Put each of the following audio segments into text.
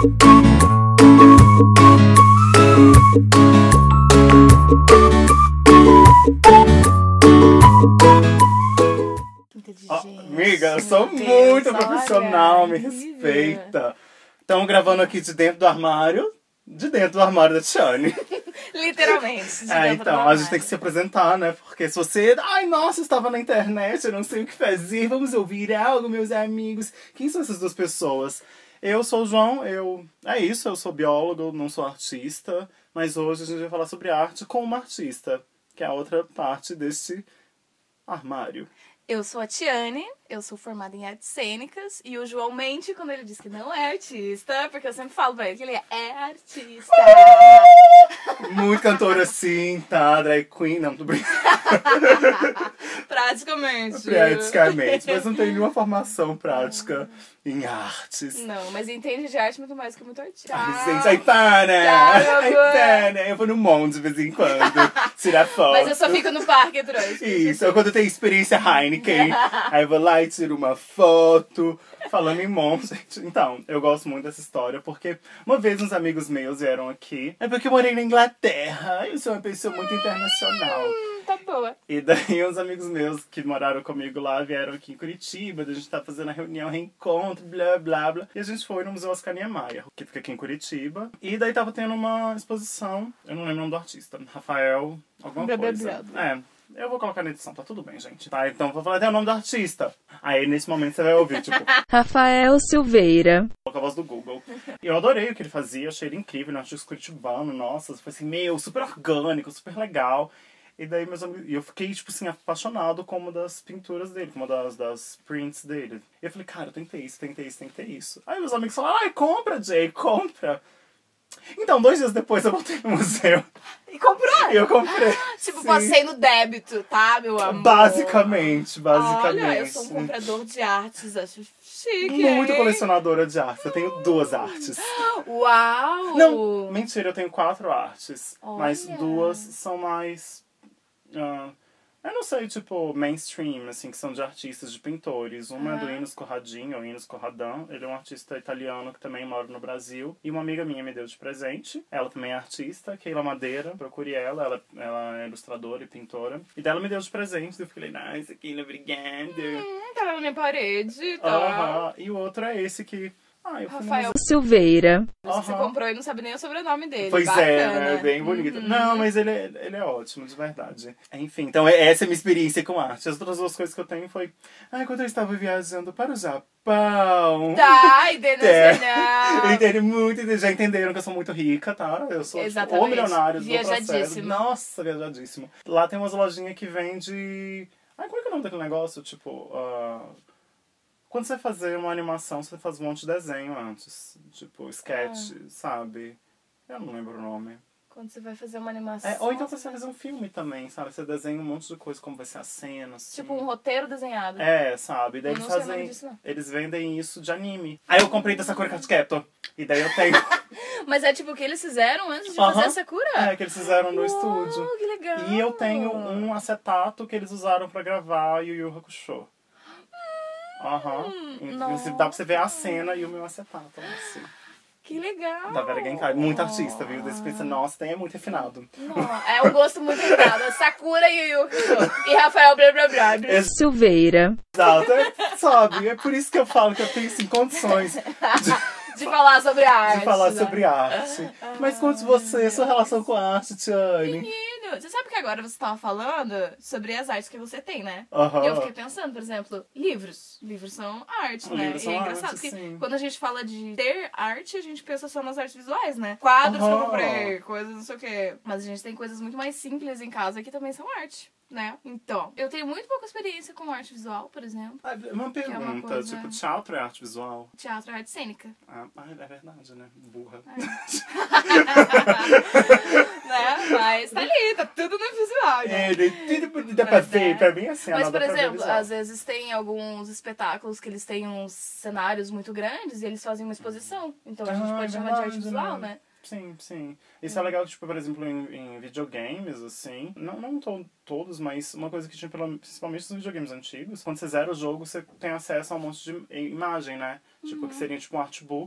Amiga, eu sou muito profissional, me respeita. Estamos gravando aqui de dentro do armário da Tiane. Literalmente. Então, a gente tem que se apresentar, né? Porque se você... Ai, nossa, eu estava na internet, eu não sei o que fazer, vamos ouvir algo, meus amigos. Quem são essas duas pessoas? Eu sou o João, eu sou biólogo, não sou artista. Mas hoje a gente vai falar sobre arte com uma artista, que é a outra parte deste armário. Eu sou a Tiane, eu sou formada em artes cênicas e o João mente quando ele diz que não é artista, porque eu sempre falo pra ele que ele é artista. Muito cantora sim, tá? Drag queen, não, tô brincando. Praticamente, mas não tem nenhuma formação prática em artes. Não, mas entende de arte muito mais que muito artista. Ai, para! Eu vou no monte de vez em quando, tirar foto. Mas eu só fico no parque durante. Isso, quando eu tenho experiência Heineken, aí eu vou lá e tiro uma foto. Falando em monte, gente. Então, eu gosto muito dessa história, porque uma vez uns amigos meus vieram aqui. É porque eu morei na Inglaterra, eu sou uma pessoa muito internacional. Tá boa. E daí uns amigos meus que moraram comigo lá vieram aqui em Curitiba, a gente tá fazendo a reunião, reencontro, blá blá blá. E a gente foi no Museu Oscar Niemeyer, que fica aqui em Curitiba. E daí tava tendo uma exposição, eu não lembro o nome do artista, Rafael, alguma coisa. Eu vou colocar na edição, tá tudo bem, gente. Tá, então vou falar até o nome do artista. Aí nesse momento você vai ouvir, tipo... Rafael Silveira. Coloca a voz do Google. E eu adorei o que ele fazia, achei ele incrível, no artista curitibano, nossa, foi assim, super orgânico, super legal. E daí meus amigos... E eu fiquei, tipo assim, apaixonado com uma das pinturas dele, com uma das prints dele. E eu falei, cara, tem que ter isso. Aí meus amigos falaram, ai, compra, Jay, compra. Então, 2 dias depois eu voltei no museu. E comprou? E eu comprei. Tipo, sim. passei no débito, tá, meu amor? Basicamente. Olha, eu sou um comprador de artes, acho chique. Muito colecionadora de artes. Eu tenho 2 artes. Uau! Não, mentira, eu tenho 4 artes. Olha. Mas 2 são mais... eu não sei, tipo, mainstream, assim, que são de artistas, de pintores. Uma é do Enos Corradini, ou Enos Corradan. Ele é um artista italiano que também mora no Brasil. E uma amiga minha me deu de presente. Ela também é artista, Keila Madeira. Procure ela é ilustradora e pintora. E dela me deu de presente. Eu fiquei, nice, Keila, obrigada. Tá na minha parede, tá? E o outro é esse que... eu fui Rafael Silveira. Você comprou e não sabe nem o sobrenome dele. Pois bacana. é bem bonito. Não, mas ele é ótimo, de verdade. Enfim, então essa é a minha experiência com arte. As outras 2 coisas que eu tenho foi... quando eu estava viajando para o Japão... Tá, internacional. Entendi muito, já entenderam que eu sou muito rica, tá? Eu sou tipo, o milionário do processo. Nossa, viajadíssimo. Lá tem umas lojinhas que vende... como é que é o nome daquele negócio? Tipo... Quando você fazer uma animação, você faz um monte de desenho antes. Tipo, sketch, sabe? Eu não lembro o nome. Quando você vai fazer uma animação... ou então você vai fazer um filme também, sabe? Você desenha um monte de coisa, como vai ser a cena, assim. Tipo um roteiro desenhado. Sabe? Daí eles fazem... Disso, não. Eles vendem isso de anime. Aí eu comprei da Sakura Card Captor. E daí eu tenho... Mas é tipo o que eles fizeram antes de fazer a Sakura? Que eles fizeram no estúdio. Que legal! E eu tenho um acetato que eles usaram pra gravar Yu Yu Hakusho. Dá pra você ver a cena e o meu acetato, assim. Que legal! Da Vera Genkai. Muito artista, viu? Daí você pensa, nossa, é muito refinado. É um gosto muito refinado. Sakura e Yu Yu e Rafael blá blá blá. Silveira. Exato, sabe? É por isso que eu falo que eu tenho, sim, condições de falar sobre arte. De falar sobre arte. Mas conte você, sua relação com a arte, Tiane. Menino, você sabe que agora você estava falando sobre as artes que você tem, né? E eu fiquei pensando, por exemplo, livros. Livros são arte, né? Livros são é engraçado arte, que sim. Quando a gente fala de ter arte, a gente pensa só nas artes visuais, né? Quadros que eu comprei, coisas não sei o quê. Mas a gente tem coisas muito mais simples em casa que também são arte. Né? Então, eu tenho muito pouca experiência com arte visual, por exemplo. Uma pergunta, tipo, teatro é arte visual? Teatro é arte cênica. É verdade, né? Burra. Né? Mas tá ali, tá tudo no visual, né? Tudo dá pra ver, pra mim assim. Mas, por exemplo, às vezes tem alguns espetáculos que eles têm uns cenários muito grandes e eles fazem uma exposição. Então a gente pode chamar de arte visual, né? Sim, sim. Isso é legal, tipo, por exemplo, em videogames, assim. Não todos, mas uma coisa que tinha, principalmente nos videogames antigos, quando você zera o jogo, você tem acesso a um monte de imagem, né? Tipo, que seria tipo um artbook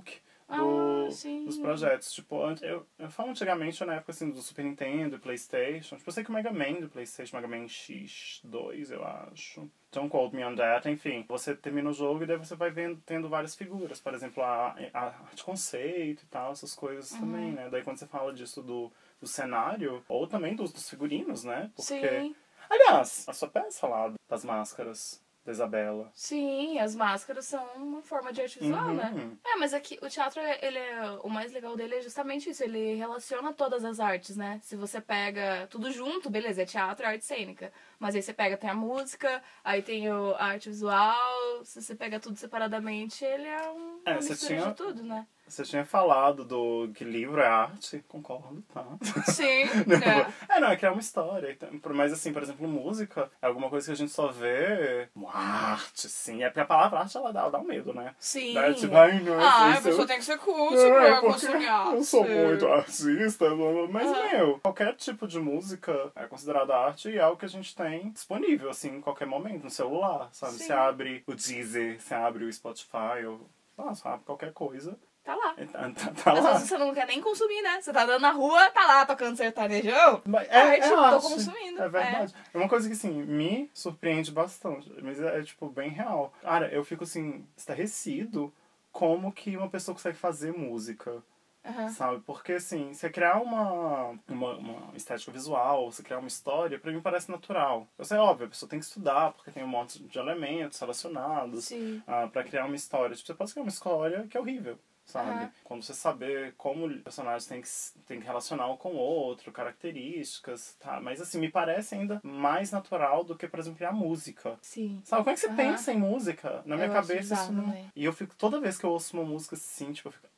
sim. dos projetos. Tipo, eu falo antigamente, na época assim, do Super Nintendo e PlayStation. Tipo, eu sei que o Mega Man do PlayStation, Mega Man X2, eu acho. Don't quote me on that, enfim. Você termina o jogo e daí você vai tendo várias figuras. Por exemplo, a arte conceito e tal, essas coisas também, né? Daí quando você fala disso do cenário, ou também dos figurinos, né? Porque, Sim. aliás, a sua peça lá das máscaras da Isabela. Sim, as máscaras são uma forma de arte visual, né? Mas aqui o teatro, o mais legal dele é justamente isso. Ele relaciona todas as artes, né? Se você pega tudo junto, beleza, é teatro, é arte cênica. Mas aí você tem a música, aí tem a arte visual. Se você pega tudo separadamente, ele é uma mistura de tudo, né? Você tinha falado que livro é arte, concordo, tá? Sim. Não, é criar uma história. Mas assim, por exemplo, música é alguma coisa que a gente só vê uma arte, sim. É porque a palavra arte, ela dá um medo, né? Sim. Daí, tipo, ai, não, a pessoa tem que ser culta pra consumir arte. Eu sou muito artista, mas, qualquer tipo de música é considerada arte e é algo que a gente tem disponível, assim, em qualquer momento, no celular, sabe? Sim. Você abre o Deezer, você abre o Spotify, você abre qualquer coisa. Tá lá. Tá Às lá. vezes você não quer nem consumir, né? Você tá andando na rua, tá lá tocando sertanejão. É Tô arte. consumindo. É verdade. É uma coisa que, assim, me surpreende bastante. Mas tipo, bem real. Cara, eu fico, assim, estarrecido como que uma pessoa consegue fazer música. Sabe? Porque, assim, você criar uma estética visual, você criar uma história, pra mim parece natural. Eu sei, óbvio, a pessoa tem que estudar, porque tem um monte de elementos relacionados pra criar uma história. Tipo, você pode criar uma história que é horrível. Sabe? Quando você saber como o personagem tem que relacionar um com o outro, características, tá? Mas assim, me parece ainda mais natural do que, por exemplo, a música. Sim. Sabe, como é que você pensa em música? Na minha cabeça acho isso não... também. E eu fico, toda vez que eu ouço uma música assim, tipo, eu fico...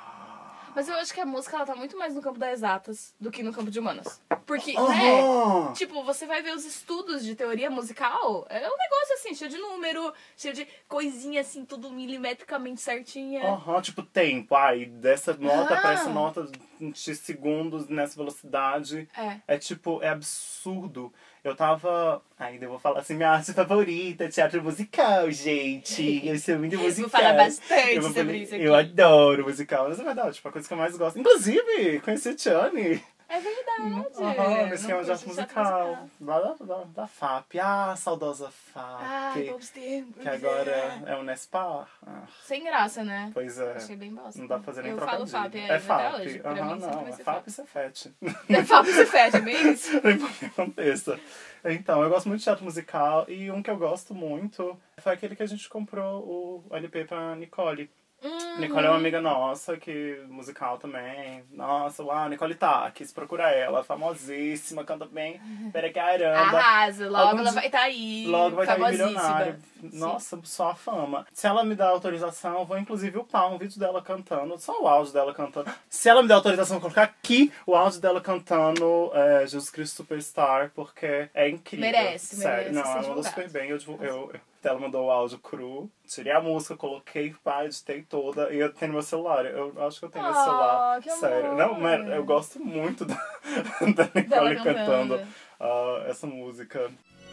Mas eu acho que a música, ela tá muito mais no campo das exatas do que no campo de humanas. Porque, tipo, você vai ver os estudos de teoria musical, é um negócio assim, cheio de número, cheio de coisinha assim, tudo milimetricamente certinha. Tipo, tempo. Dessa nota pra essa nota de segundos nessa velocidade. É tipo, é absurdo. Eu tava... Ainda vou falar assim, minha arte favorita, teatro musical, gente. Eu sou muito musical. Vou falar bastante sobre isso aqui. Eu adoro musical. Mas é verdade, tipo, a coisa que eu mais gosto. Inclusive, conheci a Tiane. É verdade. Nesse esquema de arte musical. Da FAP. Saudosa FAP. Bons tempos. Que agora é o Nespar. Sem graça, né? Pois é. Achei bem bosta. Não dá pra fazer nem Eu trocadilho. falo FAP É FAP. até hoje. Pra mim, sempre vai É ser FAP e Cefete. É FAP e Cefete, é bem isso. Não importa o que aconteça. Então, eu gosto muito de teatro musical e um que eu gosto muito foi aquele que a gente comprou o LP pra Nicole. Nicole é uma amiga nossa, que musical também. Nossa, uau, Nicole Takis, procura ela, famosíssima, canta bem, pera caramba. Arrasa, logo ela vai estar aí. Logo vai estar aí milionária. Nossa, só a fama. Se ela me dá autorização, eu vou inclusive upar um vídeo dela cantando, só o áudio dela cantando. Se ela me der autorização, eu vou colocar aqui o áudio dela cantando Jesus Cristo Superstar, porque é incrível. Merece. Sério, não, ela mandou super bem. Ela mandou o áudio cru, tirei a música, coloquei, editei toda e eu tenho no meu celular. Eu acho que eu tenho esse celular. Que sério. amor. Não, mas eu gosto muito da Nicole cantando essa música.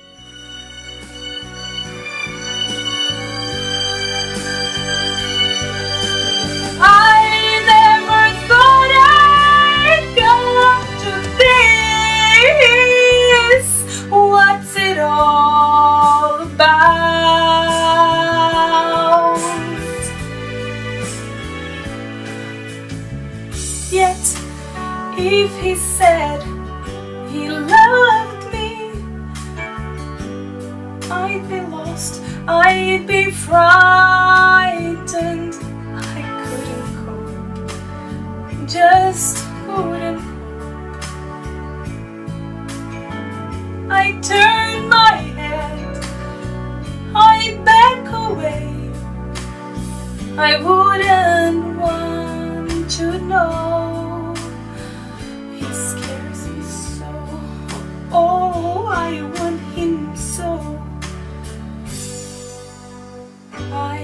I never thought I'd come to this. What's it all about? Yet, if he said he loved me, I'd be lost, I'd be frightened. I couldn't cope, just couldn't. I turned my head, I'd back away. I wouldn't want to know. He scares me so. Oh, I want him so. I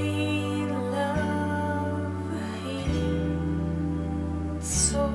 love him so.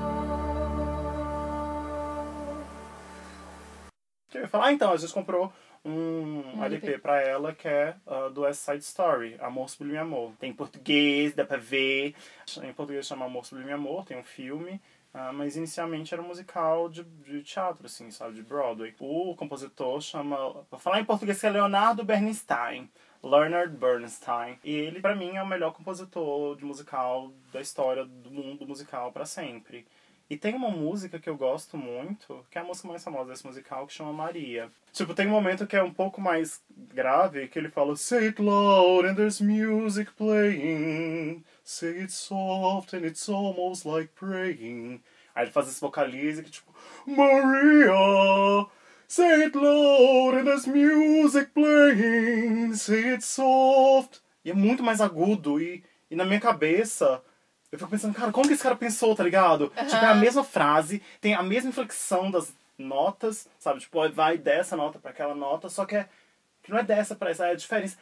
Eu ia falar, então, a gente comprou um LP pra ela que é do West Side Story, Amor Sublime Amor. Tem em português, dá pra ver. Em português chama Amor Sublime Amor, tem um filme. Mas inicialmente era um musical de teatro, assim, sabe? De Broadway. O compositor chama... Vou falar em português que é Leonardo Bernstein. Leonard Bernstein. E ele, pra mim, é o melhor compositor de musical da história do mundo musical pra sempre. E tem uma música que eu gosto muito, que é a música mais famosa desse musical, que chama Maria. Tipo, tem um momento que é um pouco mais grave, que ele fala Say it loud and there's music playing. Say it soft and it's almost like praying. Aí ele faz esse vocalize que tipo Maria, say it loud and there's music playing. Say it soft. E é muito mais agudo e na minha cabeça... Eu fico pensando, cara, como que esse cara pensou, tá ligado? Tipo, é a mesma frase, tem a mesma inflexão das notas, sabe? Tipo, vai dessa nota pra aquela nota, só que não é dessa pra essa, é a diferença.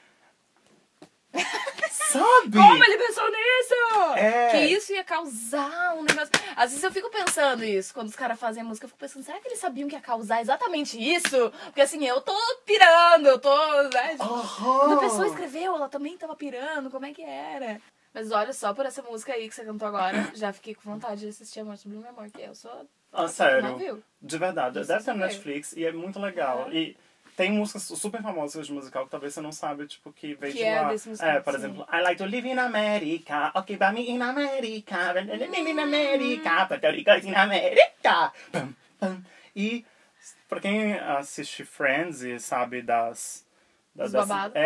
Sabe? Como ele pensou nisso? É. Que isso ia causar um negócio... Às vezes eu fico pensando isso, quando os caras fazem a música, eu fico pensando, será que eles sabiam que ia causar exatamente isso? Porque assim, eu tô pirando, eu tô... Né? Quando a pessoa escreveu, ela também tava pirando, como é que era? Mas olha, só por essa música aí que você cantou agora, já fiquei com vontade de assistir Amor Sublime Amor, que eu sou... Sério, não viu? de verdade. Isso Deve ter no super. Netflix e é muito legal. E tem músicas super famosas de musical que talvez você não sabe, tipo, que veio Que de é lá. desse musical, Por sim. exemplo, I like to live in America, okay, by me in America, live in America, Puerto Rico is in America. Pum, pum. E pra quem assiste Friends e sabe Dos babados.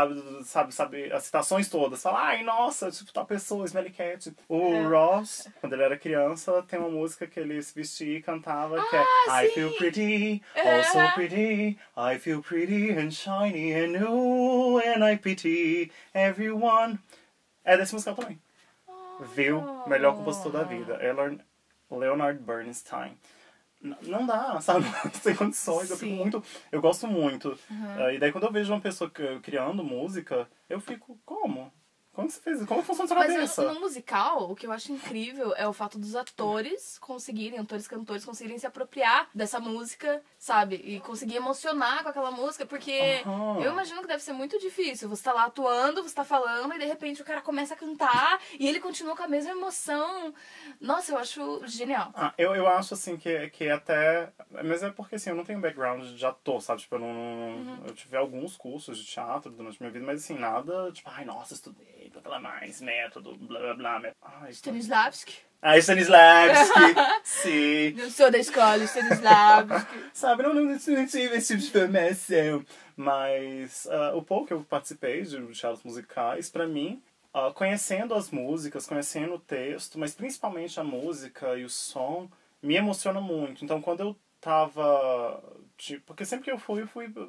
sabe as citações todas. Fala, ai, nossa, tipo, tal pessoa, Smelly Cat. O Ross, quando ele era criança, tem uma música que ele se vestia e cantava, que é I feel pretty, oh so pretty, I feel pretty and shiny and new, and I pity everyone. É desse musical também. Viu? Melhor compositor da vida. Leonard Bernstein. Não dá, sabe? Não tem condições. Eu gosto muito. E daí quando eu vejo uma pessoa criando música, eu fico, como? Como que você fez isso? Como funciona a sua cabeça? Mas no musical, o que eu acho incrível é o fato dos atores cantores conseguirem se apropriar dessa música, sabe? E conseguir emocionar com aquela música, porque eu imagino que deve ser muito difícil. Você tá lá atuando, você tá falando, e de repente o cara começa a cantar e ele continua com a mesma emoção. Nossa, eu acho genial. Eu acho, assim, que até... Mas é porque, assim, eu não tenho background de ator, sabe? Tipo, eu tive alguns cursos de teatro durante a minha vida, mas, assim, nada... Tipo, ai, nossa, estudei, blá, blá, mais, método, blá, blá, blá. Stanislavski. Stanislavski, sim. Eu sou da escola, Stanislavski. Sabe, não tive esse tipo de formação. Mas o pouco que eu participei de teatros musicais, pra mim... conhecendo as músicas, conhecendo o texto, mas principalmente a música e o som, me emociona muito. Então, quando eu tava... Tipo, porque sempre que eu fui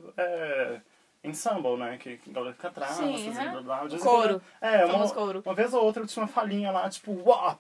ensemble, né? Que galera fica atrás, Sim, blá, blá, blá. Coro. Coro. Uma vez ou outra eu tinha uma falinha lá, tipo, WAP!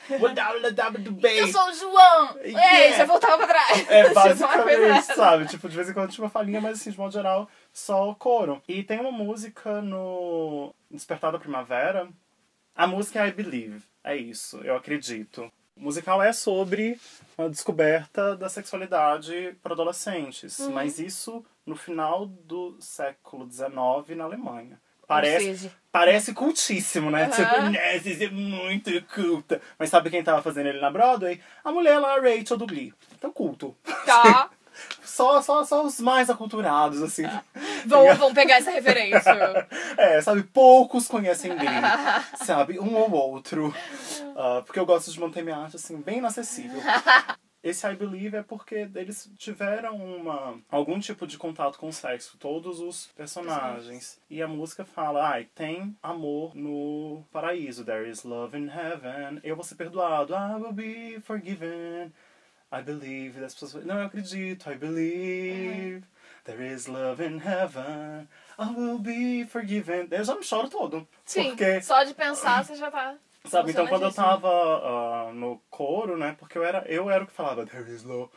Eu sou o João! Ei, você voltava pra trás. Basicamente, sabe? Tipo, de vez em quando tinha uma falinha, mas assim, de modo geral, só coro. E tem uma música no Despertar da Primavera. A música é I Believe. É isso, eu acredito. O musical é sobre a descoberta da sexualidade para adolescentes. Mas isso no final do século XIX na Alemanha. Parece cultíssimo, né? Tipo, nossa, isso é muito culta. Mas sabe quem tava fazendo ele na Broadway? A mulher lá, a Rachel do Glee. Então, culto. Tá. Só os mais aculturados, assim. Vão pegar essa referência. Sabe? Poucos conhecem Glee. Sabe? Um ou outro. Porque eu gosto de manter minha arte, assim, bem inacessível. Esse I Believe é porque eles tiveram algum tipo de contato com o sexo, todos os personagens. E a música fala, tem amor no paraíso. There is love in heaven. Eu vou ser perdoado. I will be forgiven. I believe. Das pessoas, não, eu acredito. I believe. There is love in heaven. I will be forgiven. Eu já me choro todo. Sim, porque... só de pensar você já tá... Sabe, então quando eu tava no coro, né, porque eu era o que falava There is love,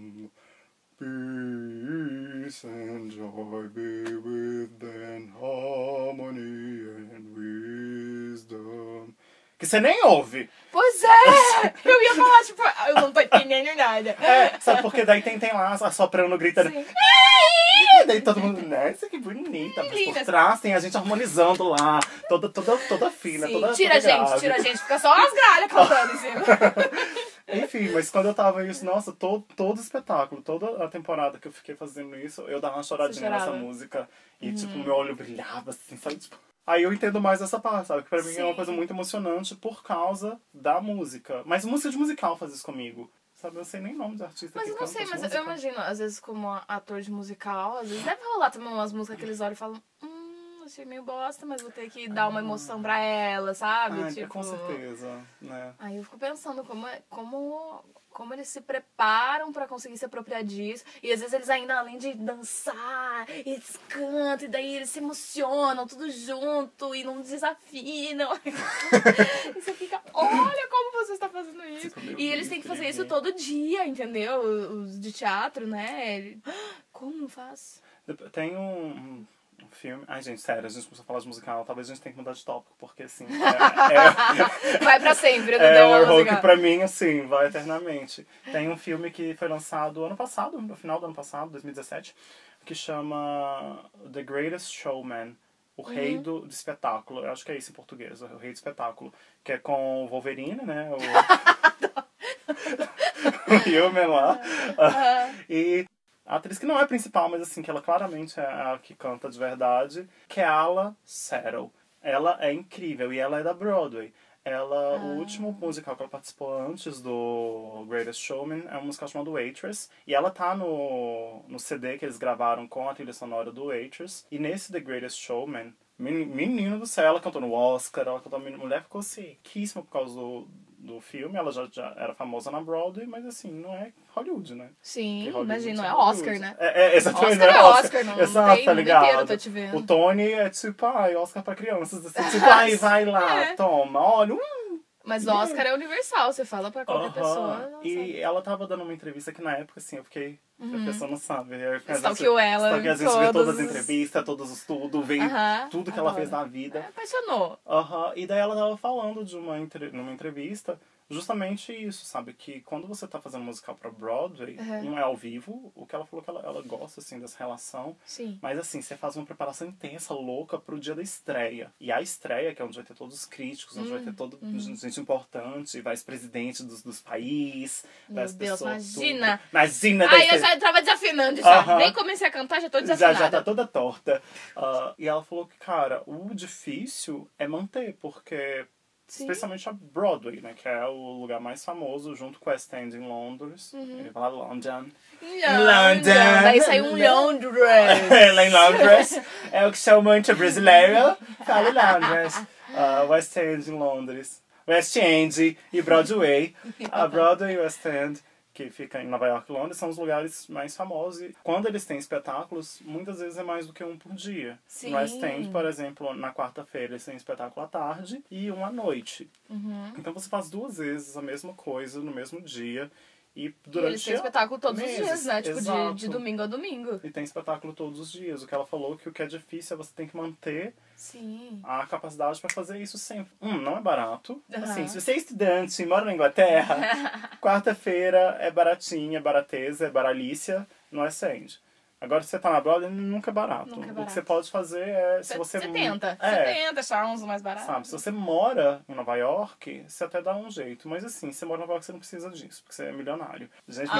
peace and joy be with them, harmony and wisdom. que você nem ouve. Pois é! Eu ia falar, tipo, eu não tô entendendo nada. Sabe, porque daí tem lá assoprando, gritando. Sim. Daí todo mundo, nossa, que bonita. Mas Linda. por trás tem a gente harmonizando lá, toda fina, Sim, toda tira a gente, grave. tira a gente. Fica só as gralhas cantando em cima. Enfim, mas quando eu tava isso, nossa, todo espetáculo, toda a temporada que eu fiquei fazendo isso, eu dava uma choradinha nessa chorava? música. E, tipo, meu olho brilhava, assim, sabe? Tipo... Aí eu entendo mais essa parte, sabe? Que pra mim é uma Sim. coisa muito emocionante por causa da música. Mas música de musical faz isso comigo. Sabe, eu não sei nem nome de artista Mas que eu não canta sei, de mas música. eu imagino, às vezes, como ator de musical, às vezes deve rolar também umas músicas que eles olham e falam, achei meio bosta, mas vou ter que dar uma emoção pra ela, sabe? Ah, tipo... com certeza, né? Aí eu fico pensando como eles se preparam pra conseguir se apropriar disso. E às vezes eles ainda, além de dançar, eles cantam, e daí eles se emocionam, tudo junto, e não desafinam. E você fica, olha como você está fazendo isso. E eles têm que fazer isso todo dia, entendeu? Os de teatro, né? Como faz? Tem um filme... Ai, gente, sério, a gente começou a falar de musical, talvez a gente tenha que mudar de tópico, porque, assim, Vai pra sempre, não é tem um uma horror música. que pra mim, assim, vai eternamente. Tem um filme que foi lançado ano passado, no final do ano passado, 2017, que chama The Greatest Showman. O Rei do espetáculo. Eu acho que é isso em português, o Rei do Espetáculo. Que é com o Wolverine, né? O Human lá. E a atriz que não é principal, mas assim, que ela claramente é a que canta de verdade, que é Ala Settle. Ela é incrível e ela é da Broadway. O último musical que ela participou antes do Greatest Showman é um musical chamado Waitress. E ela tá no CD que eles gravaram com a trilha sonora do Waitress. E nesse The Greatest Showman, menino do céu, ela cantou no Oscar, ela cantou... A mulher ficou riquíssima por causa do filme. Ela já era famosa na Broadway, mas assim, não é Hollywood, né? Sim, Hollywood imagina, é Hollywood. Oscar, né? Exatamente, Oscar é Oscar, não Exato, tem tá mundo ligado? inteiro, tô te vendo. O Tony é tipo, Oscar pra crianças, assim, tipo, vai lá, toma, olha, Mas Oscar é universal, você fala pra qualquer pessoa. Ela E sabe. ela tava dando uma entrevista que na época, assim, eu fiquei... A pessoa não sabe. Stalkeou ela Stalkeou, a gente todos viu todas os- as entrevistas, todos os tudo, veio tudo que ela fez na vida. Apaixonou. E daí ela tava falando numa entrevista justamente isso, sabe? Que quando você tá fazendo musical pra Broadway, não é ao vivo, o que ela falou que ela gosta, assim, dessa relação. Sim. Mas, assim, você faz uma preparação intensa, louca, pro dia da estreia. E a estreia, que é onde vai ter todos os críticos, onde vai ter toda gente importante, vai os presidentes dos países, vai as Deus, pessoas... imagina. Tudo. Imagina! Ai, eu já tava desafinando já. Nem comecei a cantar, já tô desafinada. Já tá toda torta. E ela falou que, cara, o difícil é manter, porque... Sim. Especialmente a Broadway, né? Que é o lugar mais famoso, junto com o West End em Londres. Ele fala London. London. Daí saiu um Londres. Ela em Londres. É o que chamam muito brasileiro. Fala Londres. West End em Londres. West End e Broadway. A Broadway e West End, que fica em Nova York e Londres, são os lugares mais famosos. E quando eles têm espetáculos, muitas vezes é mais do que um por dia. Sim. No West End, por exemplo, na quarta-feira eles têm espetáculo à tarde e um à noite. Então você faz 2 vezes a mesma coisa no mesmo dia. E durante Eles têm espetáculo todos meses. os dias, né? Tipo, Exato. de domingo a domingo. E tem espetáculo todos os dias. O que ela falou que o que é difícil é você tem que manter Sim. a capacidade para fazer isso sempre. Não é barato. Uhum. Assim, se você é estudante e mora na Inglaterra, quarta-feira é baratinha, é barateza, é baralícia, não é End. Agora, se você tá na Broadway, nunca é barato. Nunca é O barato. que você pode fazer é... Se você tenta. É, Você tenta achar uns mais baratos. sabe, se você mora em Nova York, você até dá um jeito. Mas assim, se você mora em Nova York, você não precisa disso, porque você é milionário. Gente,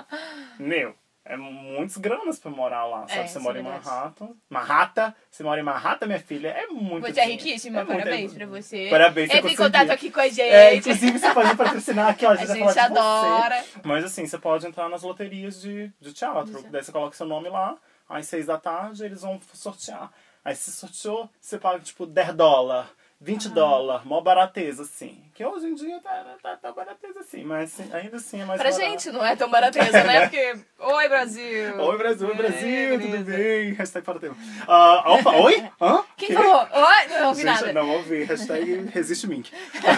meu, é muitas granas pra morar lá, sabe? Você isso é mora em verdade. Manhattan. Você mora em Manhattan, minha filha, é muito Você é dinheiro. riquíssima, muito- parabéns pra você. Parabéns, você Entre em conseguiu. contato aqui com a gente. Inclusive, você pode patrocinar aqui, ó, a gente vai gente falar de adora. você. Mas assim, você pode entrar nas loterias de teatro. Daí você coloca seu nome lá, às 6 da tarde eles vão sortear. Aí se sorteou, você paga tipo $10, $20, mó barateza, assim. Que hoje em dia tá barateza assim, mas assim, ainda assim é mais Pra barato. gente não é tão barateza, né? Porque, oi Brasil. Oi Brasil, oi Brasil, beleza. tudo bem? Hashtag para tempo. Opa, oi? Hã? Quem Que? falou? Oi? Não ouvi Gente, nada. não ouvi. Hashtag Resiste Mink.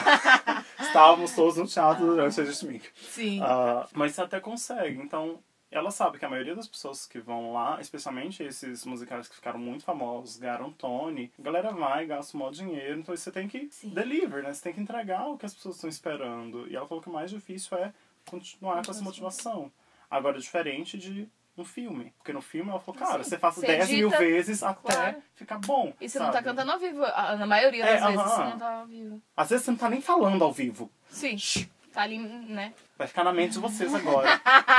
Estávamos todos no teatro durante Resiste Mink. Sim. Mas você até consegue. Então, ela sabe que a maioria das pessoas que vão lá, especialmente esses musicais que ficaram muito famosos, ganharam Tony, a galera vai, gasta um maior dinheiro, então você tem que deliver, né? Você tem que entregar o que as pessoas estão esperando. E ela falou que o mais difícil é continuar com essa motivação. Agora, diferente de um filme. Porque no filme ela falou, cara, você faz 10 mil vezes até ficar bom. E você não tá cantando ao vivo. Na maioria das vezes você não tá ao vivo. Às vezes você não tá nem falando ao vivo. Sim. Tá ali, né? Vai ficar na mente de vocês agora.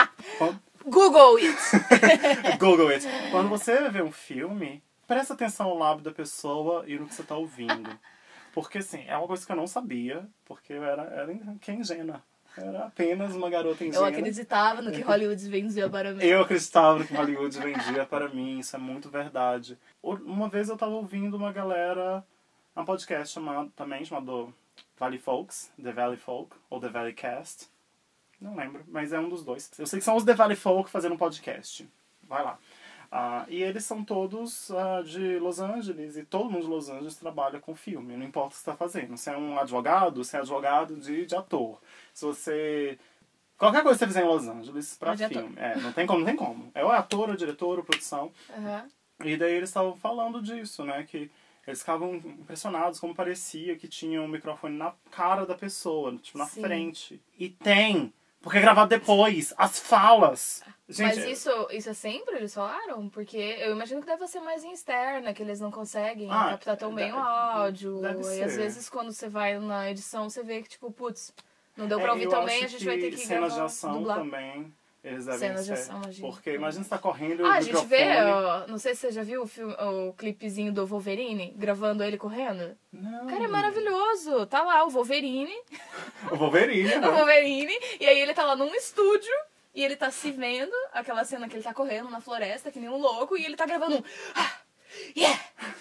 Google it! Google it. Quando você vê um filme, presta atenção ao lábio da pessoa e no que você tá ouvindo. Porque, assim, é uma coisa que eu não sabia, porque eu era ingênua. Era apenas uma garota ingênua. Eu acreditava no que Hollywood vendia para mim. Eu acreditava no que Hollywood vendia para mim, isso é muito verdade. Uma vez eu tava ouvindo uma galera, um podcast chamado Valley Folks, The Valley Folk, ou The Valley Cast. Não lembro, mas é um dos dois. Eu sei que são os The Valley Folk fazendo um podcast. Vai lá. E eles são todos de Los Angeles, e todo mundo de Los Angeles trabalha com filme, não importa o que você está fazendo. Se é um advogado, se é advogado de ator. Se você... Qualquer coisa que você fizer em Los Angeles pra filme. Não tem como. É o ator, o diretor, a produção. E daí eles estavam falando disso, né? Que eles ficavam impressionados como parecia que tinha um microfone na cara da pessoa, tipo, na frente. E tem! Porque é gravado depois, as falas. Gente, mas isso é sempre, eles falaram? Porque eu imagino que deve ser mais em externa, que eles não conseguem captar tão bem o áudio. E às vezes quando você vai na edição, você vê que, tipo, putz, não deu pra ouvir tão bem, a gente vai ter que cenas gravar, de ação dublar. Também, eles devem Cenas ser. de ação, imagina. Porque imagina você tá correndo e o a microfone... gente vê, não sei se você já viu o clipezinho do Wolverine, gravando ele correndo. Não. Cara, é maravilhoso. Tá lá o Wolverine. O Wolverine, né? O Wolverine. E aí ele tá lá num estúdio. E ele tá se vendo, aquela cena que ele tá correndo na floresta, que nem um louco. E ele tá gravando um... Yeah!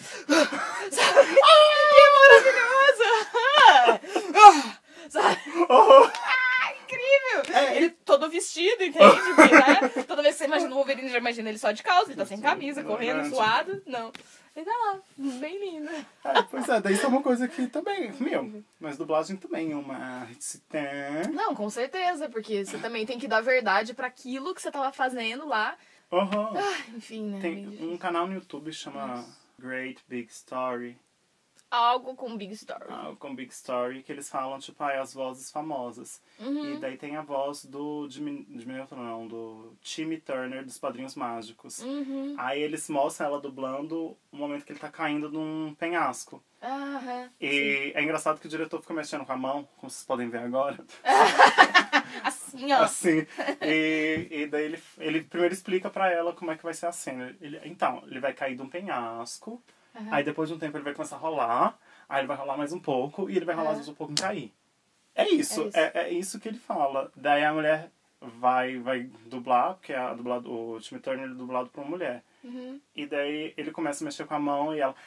Sabe? Que maravilhoso! Sabe? Incrível! Ele todo vestido, entende? Porque, né? Toda vez que você imagina o Wolverine, já imagina ele só de calça. Ele tá sem camisa, correndo, suado. Não. Ele tá lá, bem lindo. Pois é, daí isso é uma coisa que também, mas dublagem também é uma arte. Não, com certeza, porque você também tem que dar verdade pra aquilo que você tava fazendo lá. Enfim, né? Tem um canal no YouTube que chama Great Big Story. Algo com Big Story. Algo com Big Story, que eles falam, tipo, as vozes famosas. E daí tem a voz do Timmy Turner, dos Padrinhos Mágicos. Aí eles mostram ela dublando o momento que ele tá caindo num penhasco. E é engraçado que o diretor fica mexendo com a mão, como vocês podem ver agora. Assim, ó. Assim. E daí ele primeiro explica pra ela como é que vai ser a cena. Ele vai cair de um penhasco. Aí depois de um tempo ele vai começar a rolar. Aí ele vai rolar mais um pouco. E ele vai rolar mais um pouco e cair. É isso. É isso que ele fala. Daí a mulher vai dublar. Porque o Timmy Turner é dublado por uma mulher. E daí ele começa a mexer com a mão. E ela...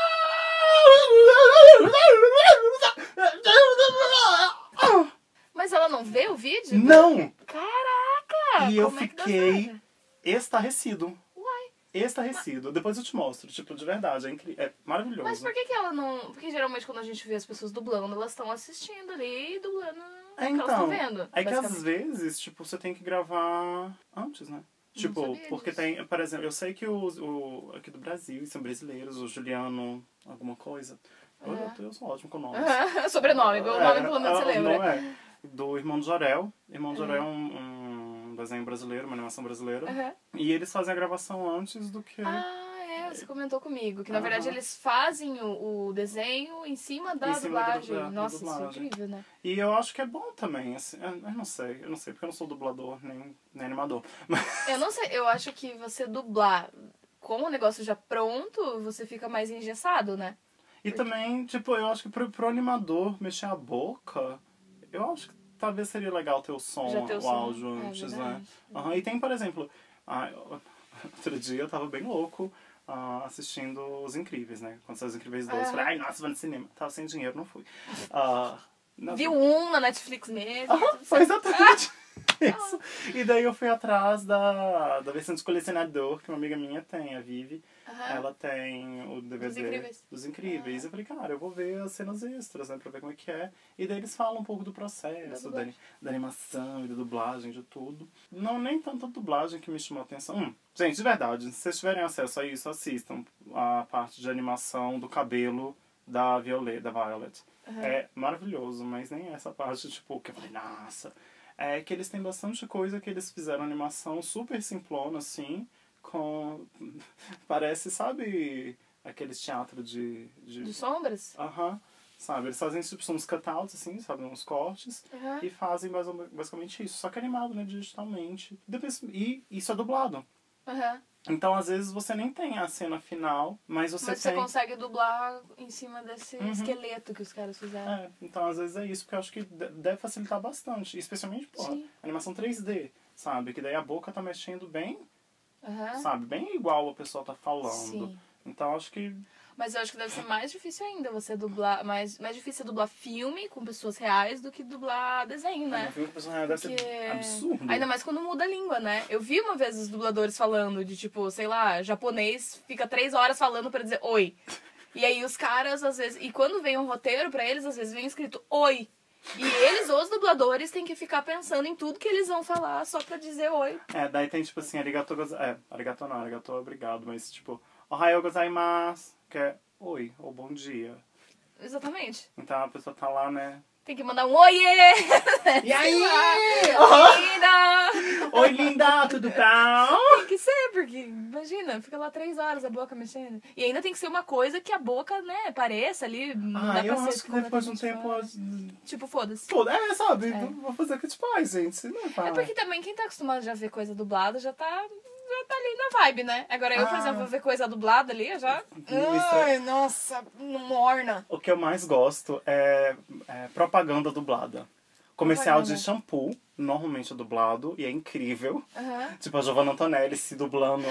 Mas ela não vê o vídeo? Não! Caraca! E eu fiquei estarrecido. Estarrecido. Depois eu te mostro. Tipo, de verdade. É maravilhoso. Mas por que ela não... Porque geralmente quando a gente vê as pessoas dublando, elas estão assistindo ali e dublando o que elas estão vendo. É que às vezes, tipo, você tem que gravar antes, né? Tipo, porque tem... Por exemplo, eu sei que aqui do Brasil, são brasileiros, o Juliano alguma coisa. Eu sou ótimo com nomes. Sobrenome, o nome pelo menos você lembra. Não é. Do Irmão do Jorel. Irmão do Jorel é um desenho brasileiro, uma animação brasileira. E eles fazem a gravação antes do que... Você comentou comigo. Que na verdade eles fazem o desenho em cima da dublagem. Nossa, isso é incrível, né? E eu acho que é bom também. Assim, eu não sei, porque eu não sou dublador, nem animador. Mas... Eu não sei, eu acho que você dublar com o negócio já pronto, você fica mais engessado, né? E também, tipo, eu acho que pro animador mexer a boca, eu acho que talvez seria legal ter o som, o áudio antes, né? E tem, por exemplo, outro dia eu tava bem louco assistindo Os Incríveis, né? Quando saiu Os Incríveis 2, eu falei, nossa, vou no cinema. Tava sem dinheiro, não fui. Viu um na Netflix mesmo. Foi exatamente isso. E daí eu fui atrás da versão de colecionador, que uma amiga minha tem, a Vivi. Aham. ela tem o DVD Incríveis. dos Incríveis. Eu falei, cara, eu vou ver as cenas extras, né, pra ver como é que é. E daí eles falam um pouco do processo, da animação e da dublagem, de tudo. Não, nem tanto a dublagem que me chamou a atenção. Gente, de verdade, se vocês tiverem acesso a isso, assistam a parte de animação do cabelo da Violet. É maravilhoso, mas nem essa parte, tipo, que eu falei, nossa. É que eles têm bastante coisa que eles fizeram animação super simplona, assim, com... Parece, sabe, aqueles teatros De sombras? Aham. Sabe, eles fazem tipo uns cutouts, assim, sabe, uns cortes, e fazem basicamente isso. Só que animado, né, digitalmente. E isso é dublado. Aham. Então, às vezes, você nem tem a cena final, mas Mas você você tem... consegue dublar em cima desse esqueleto que os caras fizeram. É, então às vezes é isso, porque eu acho que deve facilitar bastante. Especialmente, pô, Sim. animação 3D, sabe? Que daí a boca tá mexendo bem, Aham. sabe? Bem igual a pessoa tá falando. Sim. Então acho que... Mas eu acho que deve ser mais difícil ainda você dublar. Mais difícil dublar filme com pessoas reais do que dublar desenho, né? O filme com pessoa real deve ser absurdo. Ainda mais quando muda a língua, né? Eu vi uma vez os dubladores falando de, tipo, sei lá, japonês fica 3 horas falando pra dizer oi. E aí os caras, às vezes... E quando vem um roteiro pra eles, às vezes vem escrito oi. E eles, os dubladores, têm que ficar pensando em tudo que eles vão falar só pra dizer oi. É, daí tem tipo assim, arigato arigato não, arigato obrigado, mas tipo, ohayou gozaimasu, que é oi, ou bom dia. Exatamente. Então a pessoa tá lá, né? Tem que mandar um oiê! E aí? Linda! Oi, linda, tudo bom? Tem que ser, porque, imagina, fica lá 3 horas a boca mexendo. E ainda tem que ser uma coisa que a boca, né, pareça ali. Não dá Eu pra ser acho que depois de um tempo... Tipo, foda-se. sabe? Vou fazer o que tipo, ai, gente, não vai. É porque também quem tá acostumado já a ver coisa dublada já tá ali na vibe, né? Agora eu, por exemplo, vou ver coisa dublada ali, eu já... Ai, nossa, morna. O que eu mais gosto é propaganda dublada. Comercial de shampoo, normalmente é dublado, e é incrível. Tipo, a Giovanna Antonelli se dublando.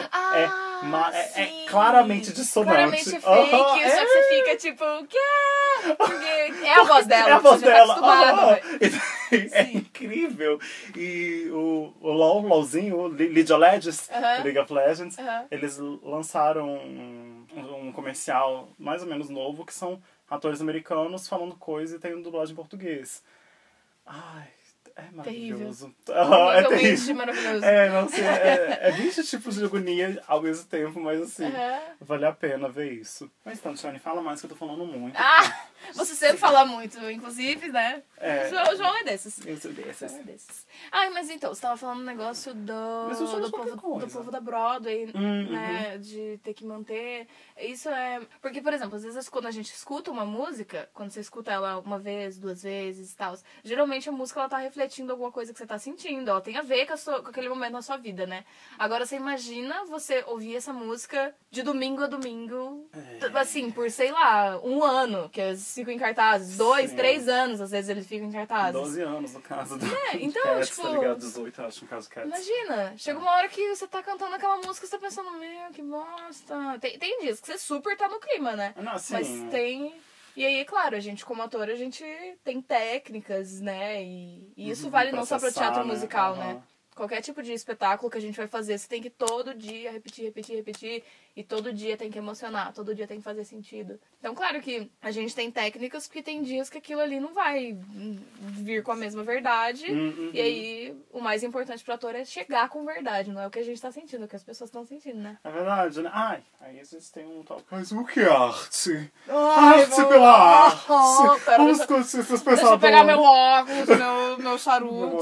É claramente dissonante. Claramente fake, só que você fica tipo, o quê? Porque é a voz dela, É a voz você já dela. tá acostumado, né? É incrível. E o LOLzinho, League of Legends, League of Legends, eles lançaram um comercial mais ou menos novo, que são atores americanos falando coisa e tem dublagem em português. Ai, é maravilhoso. É terrível. Maravilhoso. Nossa, é 20 tipos de agonia ao mesmo tempo, mas assim, vale a pena ver isso. Mas então, Tiane, fala mais que eu tô falando muito. Você sempre fala muito, inclusive, né? O João é desses. Eu sou desses. Ai, mas então, você tava falando um negócio do povo da Broadway, né? De ter que manter. Isso é... Porque, por exemplo, às vezes quando a gente escuta uma música, quando você escuta ela uma vez, 2 vezes e tal, geralmente a música ela tá refletindo alguma coisa que você tá sentindo, ela tem a ver com aquele momento na sua vida, né? Agora, você imagina você ouvir essa música de domingo a domingo, assim, por, sei lá, 1 ano, que eles ficam em cartazes, 2, 3 anos, às vezes eles ficam em cartazes. 12 anos, no caso do então, Cats, tipo... tá ligado? 18, acho, no caso Cats. Imagina, chega uma hora que você tá cantando aquela música e você tá pensando, meu, que bosta. Tem dias que você super tá no clima, né? Não, assim... Mas tem... E aí, claro, a gente como ator, a gente tem técnicas, né? E isso vale não só pro teatro musical, né? Qualquer tipo de espetáculo que a gente vai fazer, você tem que todo dia repetir. E todo dia tem que emocionar, todo dia tem que fazer sentido. Então, claro que a gente tem técnicas, porque tem dias que aquilo ali não vai vir com a mesma verdade. E aí, o mais importante pro ator é chegar com verdade, não é o que a gente tá sentindo, é o que as pessoas estão sentindo, né? É verdade, né? Ai, aí a gente tem um tal... Mas o que é arte? Ai, Arte pela arte! Vamos curtir esses Deixa eu pegar meu óculos, meu charuto.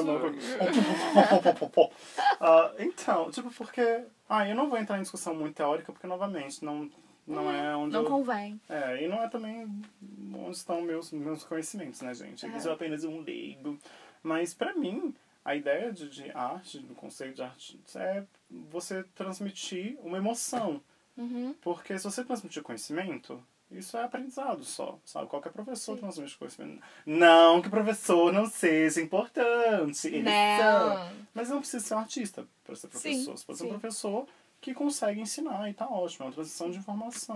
Então, tipo, porque... eu não vou entrar em discussão muito teórica, porque, novamente, não é onde não convém. E não é também onde estão meus conhecimentos, né, gente? Eu sou apenas um leigo. Mas, pra mim, a ideia de arte, do conceito de arte, é você transmitir uma emoção. Porque se você transmitir conhecimento... Isso é aprendizado só, sabe? Qualquer professor transmite conhecimento. Não que professor não seja importante. Eles são. Mas não precisa ser um artista para ser professor. Você pode ser um professor que consegue ensinar e tá ótimo. É uma transição de informação.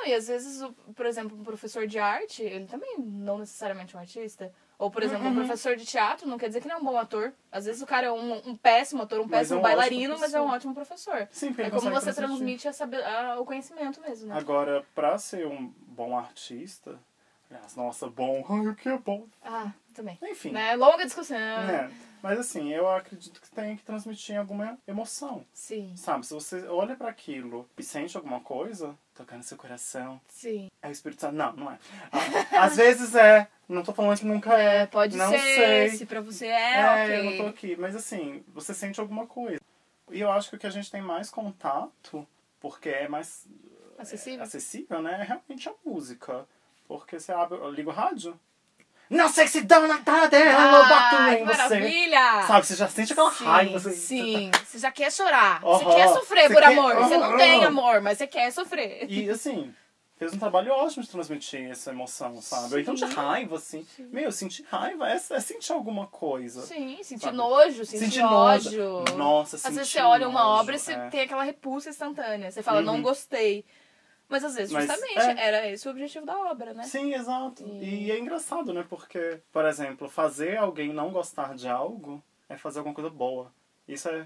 Não, e às vezes, por exemplo, um professor de arte, ele também não necessariamente é um artista. Ou, por exemplo, um professor de teatro não quer dizer que ele é um bom ator. Às vezes o cara é um péssimo ator, um péssimo bailarino, mas é um ótimo professor. Sim, porque É ele como consegue você transmitir. transmite o conhecimento mesmo, né? Agora, pra ser um bom artista... Aliás, nossa, bom... Ai, o que é bom? Ah, também. Enfim. Né? Longa discussão. É, mas assim, eu acredito que tem que transmitir alguma emoção. Sim, Sabe, se você olha pra aquilo e sente alguma coisa, tocar no seu coração, sim. é o Espírito Santo. Não, não é. Às vezes é, não tô falando que nunca é. Pode não ser, sei. se pra você ok. Eu não tô aqui. Mas assim, você sente alguma coisa. E eu acho que o que a gente tem mais contato, porque é mais acessível, né? É realmente a música. Porque você liga o rádio. Não sei se dão na cara dela, eu bato que em você. maravilha! Sabe, você já sente aquela raiva. Sim, você já quer chorar. Você Aham. quer sofrer Você por quer- amor. Você não Aham. tem amor, mas você quer sofrer. E assim, fez um trabalho ótimo de transmitir essa emoção, sabe? Ou então de raiva, assim. Meu, sentir raiva é sentir alguma coisa. Sim, sentir Sabe? nojo, sentir ódio. Nossa, Às vezes sentir você olha uma nojo, obra e você é. tem aquela repulsa instantânea. Você fala, não Uhum. gostei. Mas às vezes, Mas, justamente, era esse o objetivo da obra, né? Sim, exato. E é engraçado, né? Porque, por exemplo, fazer alguém não gostar de algo é fazer alguma coisa boa. Isso é...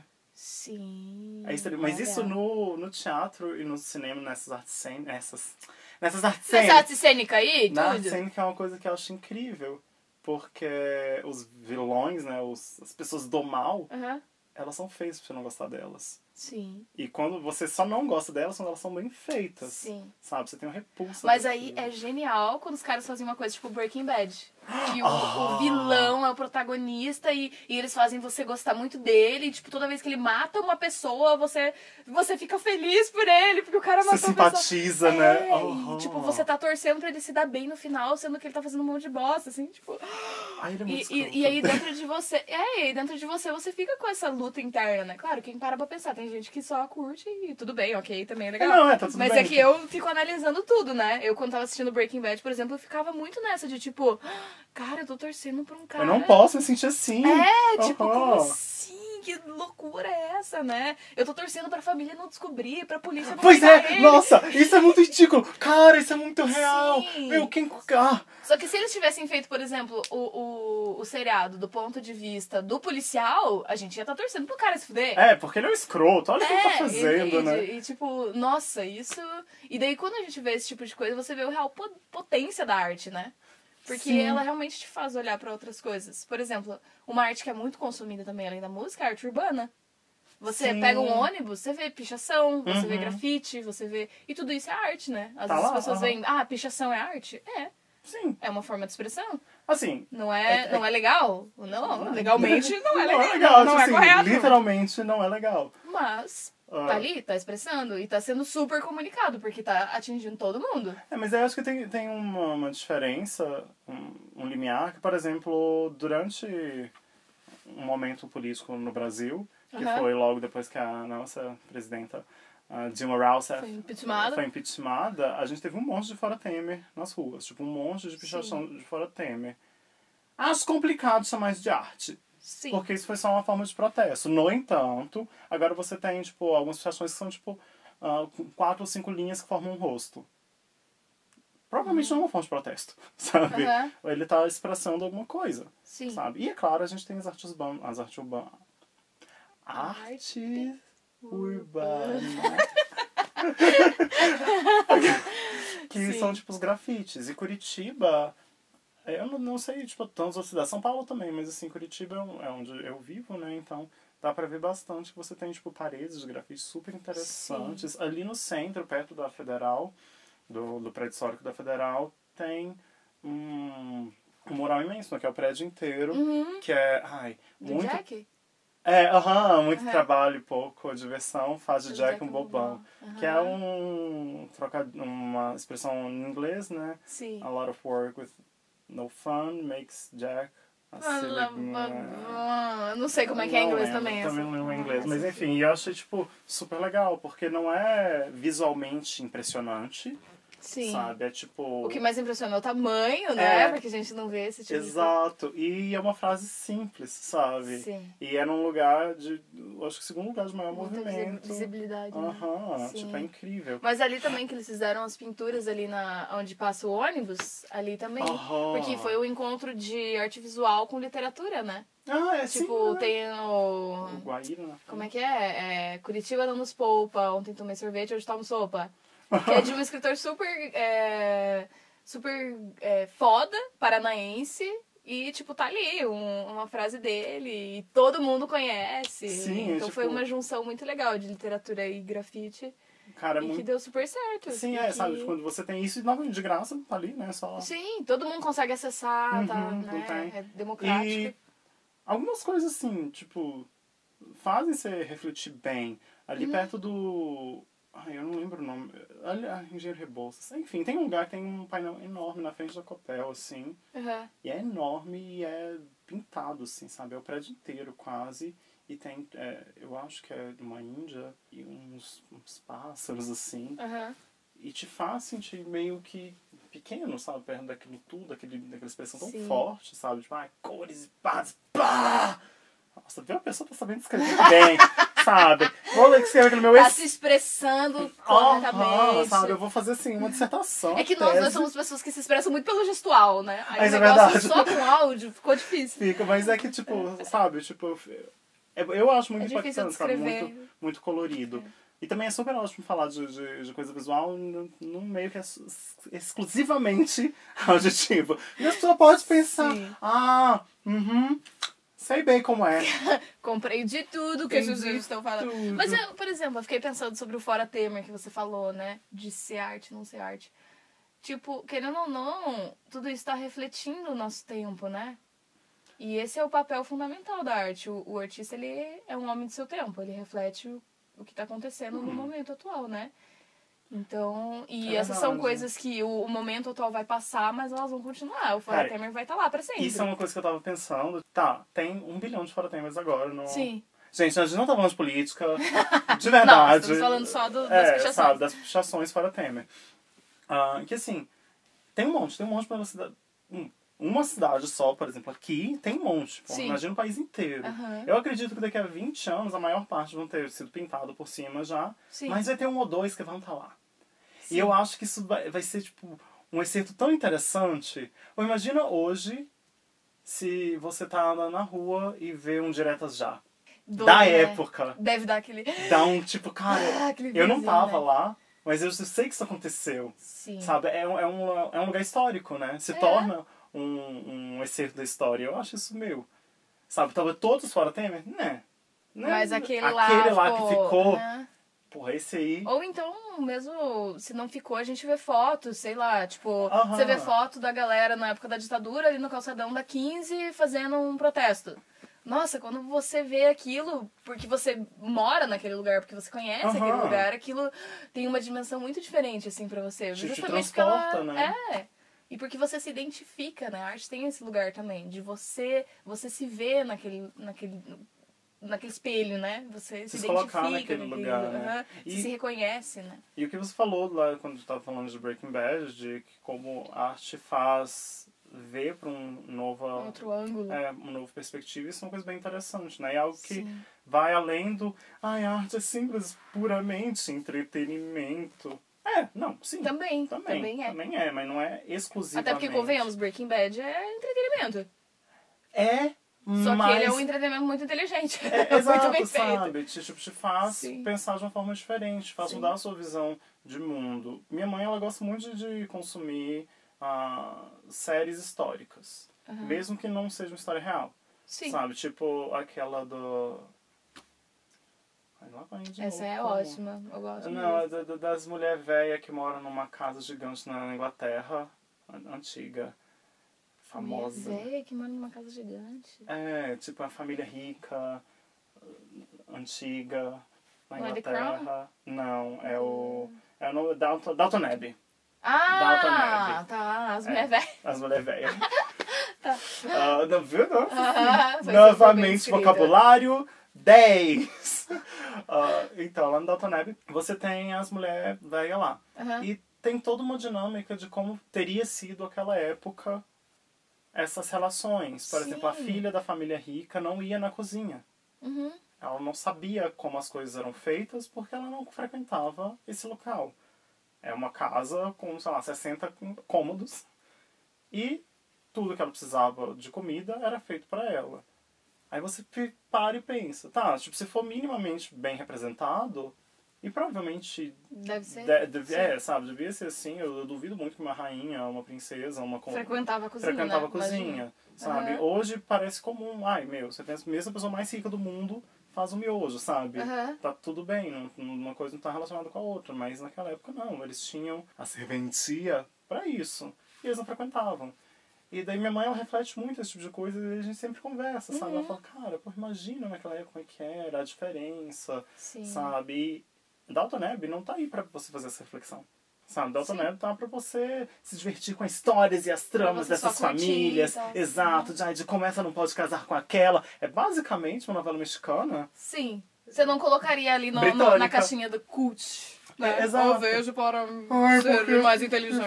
Sim. Mas olha. isso no teatro e no cinema, nessas artes cênicas... Nessas artes Essa cênicas. arte cênica aí, Na arte tudo? cênica é uma coisa que eu acho incrível. Porque os vilões, né? As pessoas do mal, Aham. elas são feitas pra você não gostar delas. Sim. E quando você só não gosta delas, quando elas são bem feitas. Sim. Sabe? Você tem uma repulsa. Mas aí daquilo. é genial quando os caras fazem uma coisa tipo Breaking Bad. Que o vilão é o protagonista e eles fazem você gostar muito dele. E, tipo, toda vez que ele mata uma pessoa, você fica feliz por ele, porque o cara matou Você a pessoa. simpatiza, né? E, tipo, você tá torcendo pra ele se dar bem no final, sendo que ele tá fazendo um monte de bosta, assim, tipo... Ai, ele é muito E aí dentro de você... você fica com essa luta interna, né? Claro, quem para pra pensar, tem gente que só curte e tudo bem, ok, também é legal. Não, tá tudo Mas bem. é que eu fico analisando tudo, né? Eu, quando tava assistindo Breaking Bad, por exemplo, eu ficava muito nessa de, tipo... Cara, eu tô torcendo pra um cara... Eu não posso me sentir assim. Tipo, Aham. como assim? Que loucura é essa, né? Eu tô torcendo pra família não descobrir, pra polícia não Pois pegar é, ele. nossa, isso é muito ridículo. Cara, isso é muito real. Sim. Meu, quem... Ah, Só que se eles tivessem feito, por exemplo, o seriado do ponto de vista do policial, a gente ia estar torcendo pro cara se fuder. porque ele é um escroto. Olha o que ele tá fazendo, né? E tipo, nossa, isso... E daí quando a gente vê esse tipo de coisa, você vê o real potência da arte, né? Porque Sim. ela realmente te faz olhar pra outras coisas. Por exemplo, uma arte que é muito consumida também, além da música, é a arte urbana. Você Sim. pega um ônibus, você vê pichação, você vê Uhum. grafite, você vê... E tudo isso é arte, né? Às Tá vezes lá, as pessoas aham. veem, pichação é arte? Sim. É uma forma de expressão. Assim, Não é legal? Não, legalmente não é não legal. é legal. Não tipo é assim, correto. literalmente não é legal. Mas Ah. tá ali, tá expressando e tá sendo super comunicado, porque tá atingindo todo mundo. Mas eu acho que tem uma diferença, um limiar, que, por exemplo, durante um momento político no Brasil, que Aham. foi logo depois que a nossa presidenta a Dilma Rousseff Foi impeachmentada. foi impeachmentada, a gente teve um monte de fora Temer nas ruas. Tipo, um monte de pichação de fora Temer. Acho complicado chamar isso de arte. Sim. Porque isso foi só uma forma de protesto. No entanto, agora você tem, tipo, algumas pichações que são, tipo, 4 ou 5 linhas que formam um rosto. Provavelmente não é uma forma de protesto, sabe? Aham. Ele tá expressando alguma coisa, Sim. sabe? E é claro, a gente tem as artes urbanas. Artes urbanas. Que Sim. são, tipo, os grafites. E Curitiba... Eu não sei, tipo, tantas outras cidades. São Paulo também, mas, assim, Curitiba é onde eu vivo, né? Então, dá pra ver bastante que você tem, tipo, paredes de grafite super interessantes. Sim. Ali no centro, perto da Federal, do prédio histórico da Federal, tem um mural imenso, né? Que é o prédio inteiro, que é... Do muito... Jack? Muito trabalho e pouco diversão, faz de Jack um bobão. Que é uma expressão em inglês, né? Sim. A lot of work with no fun makes Jack a silly... Não sei como é que é em inglês lembro, também. Também não lembro em inglês. Mas enfim, eu achei, tipo, super legal, porque não é visualmente impressionante, Sim. sabe? É tipo... O que mais impressiona é o tamanho, né? É. Porque a gente não vê esse tipo Exato. E é uma frase simples, sabe? Sim. E é num lugar de... Acho que o segundo lugar de maior Muita movimento. visibilidade. Né? Aham. Sim. Tipo, é incrível. Mas ali também que eles fizeram as pinturas ali onde passa o ônibus, ali também. Aham. Porque foi o encontro de arte visual com literatura, né? Ah, é Tipo, sim, né? tem o... Guaíra, né? Como é que é? Curitiba não nos poupa, ontem tomei sorvete, hoje tomo sopa. Que é de um escritor super foda, paranaense. E, tipo, tá ali uma frase dele e todo mundo conhece. Sim, então tipo... foi uma junção muito legal de literatura e grafite. Cara, E que deu super certo. Sim, E sabe? Quando você tem isso, novamente, de graça, tá ali, né? Só... Sim, todo mundo consegue acessar, tá, não né? tem. É democrático. E algumas coisas, assim, tipo, fazem você refletir bem. Ali perto do... Ai, eu não lembro o nome. Ali, Engenheiro Rebouças. Enfim, tem um lugar que tem um painel enorme na frente da Copel, assim. Uhum. E é enorme e é pintado, assim, sabe? É o prédio inteiro, quase. E tem, eu acho que é de uma Índia e uns pássaros, assim. Uhum. E te faz sentir meio que pequeno, sabe? Perto daquilo tudo, daquela expressão tão Sim. forte, sabe? Tipo, cores e pás, pá! Nossa, vê, a pessoa tá sabendo escrever bem, sabe? Vou ler que escreve no meu... Tá se expressando corretamente. Sabe? Eu vou fazer, assim, uma dissertação. É que nós dois somos pessoas que se expressam muito pelo gestual, né? Aí Mas o é negócio verdade. só com áudio ficou difícil. Fica, mas é que, tipo, sabe? Tipo, eu acho muito É difícil impactante, de sabe? escrever. Muito colorido. E também é super ótimo falar de coisa visual num meio que é exclusivamente auditivo. E a pessoa pode pensar, Sim. sei bem como é. Comprei de tudo que esses vídeos estão falando. tudo. Mas, por exemplo, eu fiquei pensando sobre o Fora Temer que você falou, né? De ser arte, não ser arte. Tipo, querendo ou não, tudo isso tá refletindo o nosso tempo, né? E esse é o papel fundamental da arte. O artista, ele é um homem do seu tempo. Ele reflete o que tá acontecendo no momento atual, né? Então, essas são verdade. coisas que o momento atual vai passar, mas elas vão continuar. O Fora Cara, Temer vai estar lá pra sempre. Isso é uma coisa que eu tava pensando. Tá, tem 1 bilhão de fora-temers agora no... Sim. Gente, a gente não tá falando de política, de Não, verdade. estamos falando só das pichações. Sabe, das pichações fora Temer. Que assim, tem um monte pela cidade. Uma cidade só, por exemplo, aqui tem um monte. Pô, Sim. imagina o país inteiro. Aham. Eu acredito que daqui a 20 anos a maior parte vão ter sido pintado por cima já. Sim. Mas vai ter 1 ou 2 que vão estar lá. Sim. E eu acho que isso vai ser, tipo, um excerto tão interessante. Ou imagina hoje, se você tá andando na rua e vê um Diretas Já. Doido, Da né? época. Deve dar aquele... Dá um tipo, cara, aquele eu não vizinho, tava né? lá, mas eu sei que isso aconteceu. Sim. Sabe? É um lugar histórico, né? Se torna um excerto da história. Eu acho isso meu. Sabe? Tava todos fora Temer? Né? Mas aquele lá lá que ficou. Aham. Porra, esse aí. Ou então, mesmo se não ficou, a gente vê fotos, sei lá, tipo, Aham. você vê foto da galera na época da ditadura ali no calçadão da 15 fazendo um protesto. Nossa, quando você vê aquilo, porque você mora naquele lugar, porque você conhece Aham. aquele lugar, aquilo tem uma dimensão muito diferente, assim, pra você. Te Justamente transporta, né? E porque você se identifica, né? A arte tem esse lugar também, de você se ver naquele espelho, né? Você se colocar identifica naquele lugar, né? aham. Você se reconhece, né? E o que você falou lá quando estava falando de Breaking Bad, de que como a arte faz ver para um Outro ângulo. uma nova perspectiva, isso é uma coisa bem interessante, né? E algo que Sim. vai além do a arte é simples, puramente entretenimento. Não, sim. Também é. Também é, mas não é exclusivamente. Até porque, convenhamos, Breaking Bad é entretenimento. Só mas... que ele é um entretenimento muito inteligente. Exato, muito bem feito. sabe? Te faz Sim. pensar de uma forma diferente, faz Sim. mudar a sua visão de mundo. Minha mãe, ela gosta muito de consumir séries históricas. Mesmo que não seja uma história real. Sim. Sabe? Tipo aquela do... Ai, lá vai de Essa novo, é como? ótima. Eu gosto Não, muito. é das mulheres velhas que moram numa casa gigante na Inglaterra. Antiga. Famosa. Mulher velha que mora numa casa gigante. Tipo uma família rica, antiga, na Não é The Inglaterra. Não, é o Downton Abbey. Downton Ah, Abbey. tá. As mulheres velhas. As mulheres velhas. Não viu, não? Foi Novamente, super bem vocabulário 10. Então, lá no Downton Abbey, você tem as mulheres velhas lá. Aham. E tem toda uma dinâmica de como teria sido aquela época essas relações. Por exemplo, a filha da família rica não ia na cozinha. Uhum. Ela não sabia como as coisas eram feitas porque ela não frequentava esse local. É uma casa com, sei lá, 60 cômodos e tudo que ela precisava de comida era feito para ela. Aí você para e pensa, tá, tipo, se for minimamente bem representado, e provavelmente Deve ser. sabe, devia ser assim. Eu duvido muito que uma rainha, uma princesa, Frequentava a cozinha, frequentava né? a cozinha, Imagina. sabe? Uhum. Hoje parece comum. Ai, meu, você pensa, mesmo a pessoa mais rica do mundo faz um miojo, sabe? Uhum. Tá tudo bem, uma coisa não tá relacionada com a outra. Mas naquela época não, eles tinham a serventia pra isso. E eles não frequentavam. E daí minha mãe, ela reflete muito esse tipo de coisa e a gente sempre conversa, sabe? Ela fala, cara, pô, imagina naquela época como é que era, a diferença, Sim. sabe? E Downton Abbey não tá aí pra você fazer essa reflexão. Sabe, Downton Abbey tá pra você se divertir com as histórias e as tramas você dessas só curtir, famílias. então, Exato, de como essa não pode casar com aquela. É basicamente uma novela mexicana. Sim. Você não colocaria ali na Britânica. caixinha do cult. Né? Exato. Eu vejo para ser mais inteligente.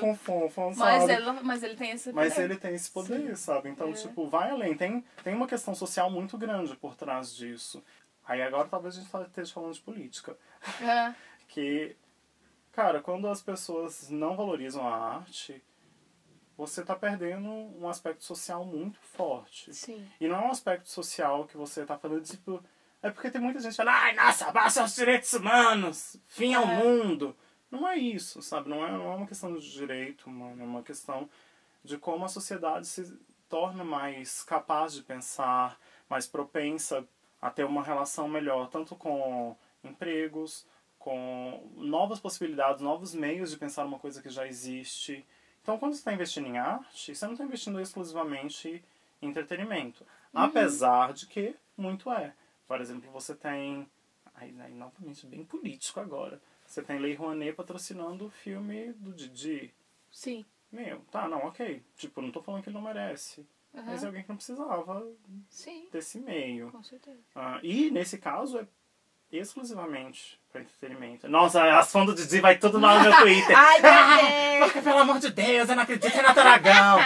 Mas ele tem esse poder. Mas ele tem esse poder, sabe? Então, tipo, vai além. Tem uma questão social muito grande por trás disso. Aí agora talvez a gente esteja falando de política. É. Que, cara, quando as pessoas não valorizam a arte, você tá perdendo um aspecto social muito forte. Sim. E não é um aspecto social que você tá falando, tipo... É porque tem muita gente que fala, ai, nossa, baixa os direitos humanos, fim ao mundo. Não é isso, sabe? Não é uma questão de direito, mano. É uma questão de como a sociedade se torna mais capaz de pensar, mais propensa a ter uma relação melhor, tanto com empregos, com novas possibilidades, novos meios de pensar uma coisa que já existe. Então, quando você está investindo em arte, você não está investindo exclusivamente em entretenimento. Apesar de que muito é. Por exemplo, você tem... Aí novamente, bem político agora. Você tem Lei Rouanet patrocinando o filme do Didi. Sim. Meu, tá, não, ok. Tipo, não tô falando que ele não merece. Mas é alguém que não precisava desse meio. Com certeza. E, nesse caso, é exclusivamente pra entretenimento. Nossa, as fãs do Didi vai tudo lá no meu Twitter. Ai, meu Deus! Porque, pelo amor de Deus, eu não acredito em Renato Aragão.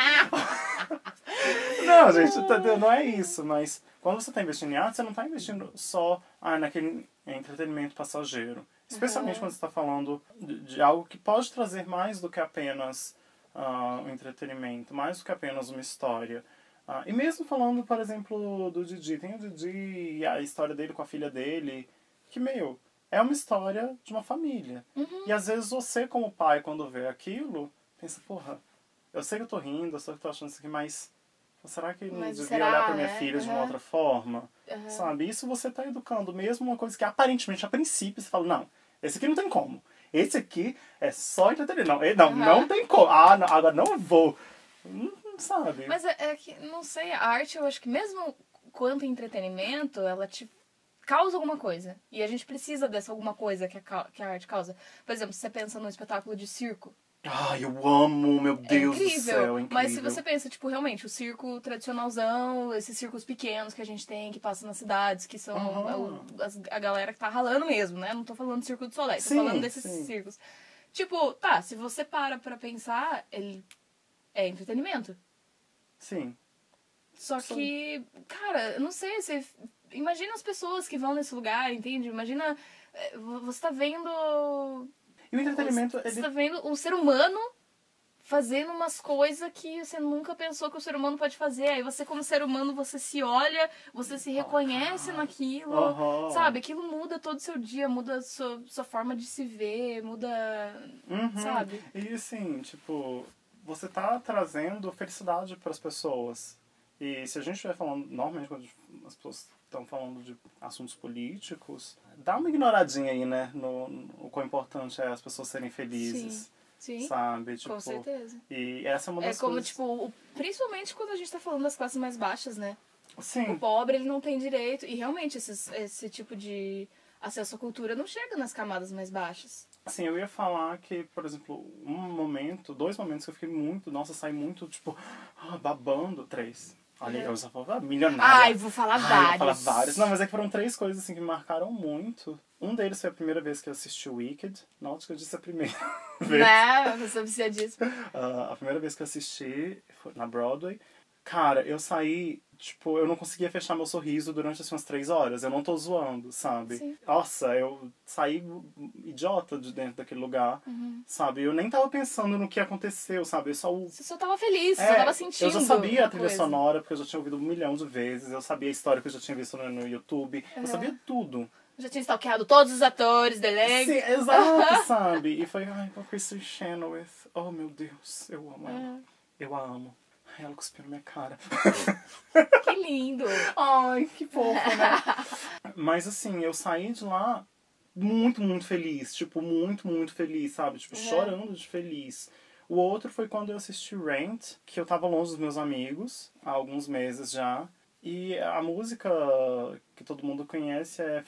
Não, gente, não é isso, mas quando você está investindo em arte, você não está investindo só naquele entretenimento passageiro. Especialmente quando você está falando de algo que pode trazer mais do que apenas um entretenimento, mais do que apenas uma história. E mesmo falando, por exemplo, do Didi, tem o Didi e a história dele com a filha dele, que, é uma história de uma família. E às vezes você, como pai, quando vê aquilo, pensa, porra, eu sei que eu tô rindo, eu sei que eu tô achando isso aqui, mas será que não devia olhar pra minha filha de uma outra forma? Sabe? Isso você tá educando mesmo uma coisa que aparentemente, a princípio, você fala, não, esse aqui não tem como. Esse aqui é só entretenimento. Não tem como. Não, agora não vou. Sabe? Mas é que, não sei, a arte, eu acho que mesmo quanto entretenimento, ela te causa alguma coisa. E a gente precisa dessa alguma coisa que a arte causa. Por exemplo, se você pensa num espetáculo de circo. Ai, eu amo, meu Deus do céu, é incrível. Mas se você pensa, tipo, realmente, o circo tradicionalzão, esses circos pequenos que a gente tem, que passam nas cidades, que são a galera que tá ralando mesmo, né? Não tô falando de Circo do Soleil, tô falando desses circos. Tipo, tá, se você para pra pensar, ele é entretenimento. Sim. Só que, cara, eu não sei, você imagina as pessoas que vão nesse lugar, entende? Imagina, você tá vendo... E o entretenimento... Você tá vendo um ser humano fazendo umas coisas que você nunca pensou que o ser humano pode fazer. Aí você, como ser humano, você se olha, você se reconhece naquilo, sabe? Aquilo muda todo o seu dia, muda a sua forma de se ver, muda, sabe? E assim, tipo, você tá trazendo felicidade pras pessoas. E se a gente estiver falando, normalmente quando as pessoas estão falando de assuntos políticos, dá uma ignoradinha aí, né? No quão importante é as pessoas serem felizes. Sim, sabe? Tipo, com certeza. E essa é uma das coisas... tipo, principalmente quando a gente tá falando das classes mais baixas, né? Sim. O pobre, ele não tem direito. E realmente, esse tipo de acesso à cultura não chega nas camadas mais baixas. Assim, eu ia falar que, por exemplo, dois momentos que eu fiquei muito, nossa, saí muito, tipo, babando, 3. Olha, eu só vou falar milionária. Ai, vou falar Ai, vários. eu vou falar vários. Não, mas é que foram 3 coisas assim que me marcaram muito. Um deles foi a primeira vez que eu assisti Wicked. Note que eu disse a primeira vez. Né? Eu sou viciadíssima. A primeira vez que eu assisti foi na Broadway. Cara, eu saí, tipo, eu não conseguia fechar meu sorriso durante assim, umas 3 horas. Eu não tô zoando, sabe? Sim. Nossa, eu saí idiota de dentro daquele lugar, sabe? Eu nem tava pensando no que aconteceu, sabe? Eu só Você só tava feliz, você só tava sentindo. eu já sabia a uma trilha coisa. sonora, porque eu já tinha ouvido 1 milhão de vezes. Eu sabia a história que eu já tinha visto no YouTube. Eu sabia tudo. Já tinha stalkeado todos os atores do elenco. Sim, exato, sabe? E foi, ai, com a Kristen Chenoweth. Oh, meu Deus, eu amo ela. Eu a amo. Ai, ela cuspiu na minha cara. Que lindo. Ai, que fofo, né? Mas assim, eu saí de lá muito, muito feliz. Tipo, muito, muito feliz, sabe? Tipo, chorando de feliz. O outro foi quando eu assisti Rent, que eu tava longe dos meus amigos, há alguns meses já. E a música que todo mundo conhece é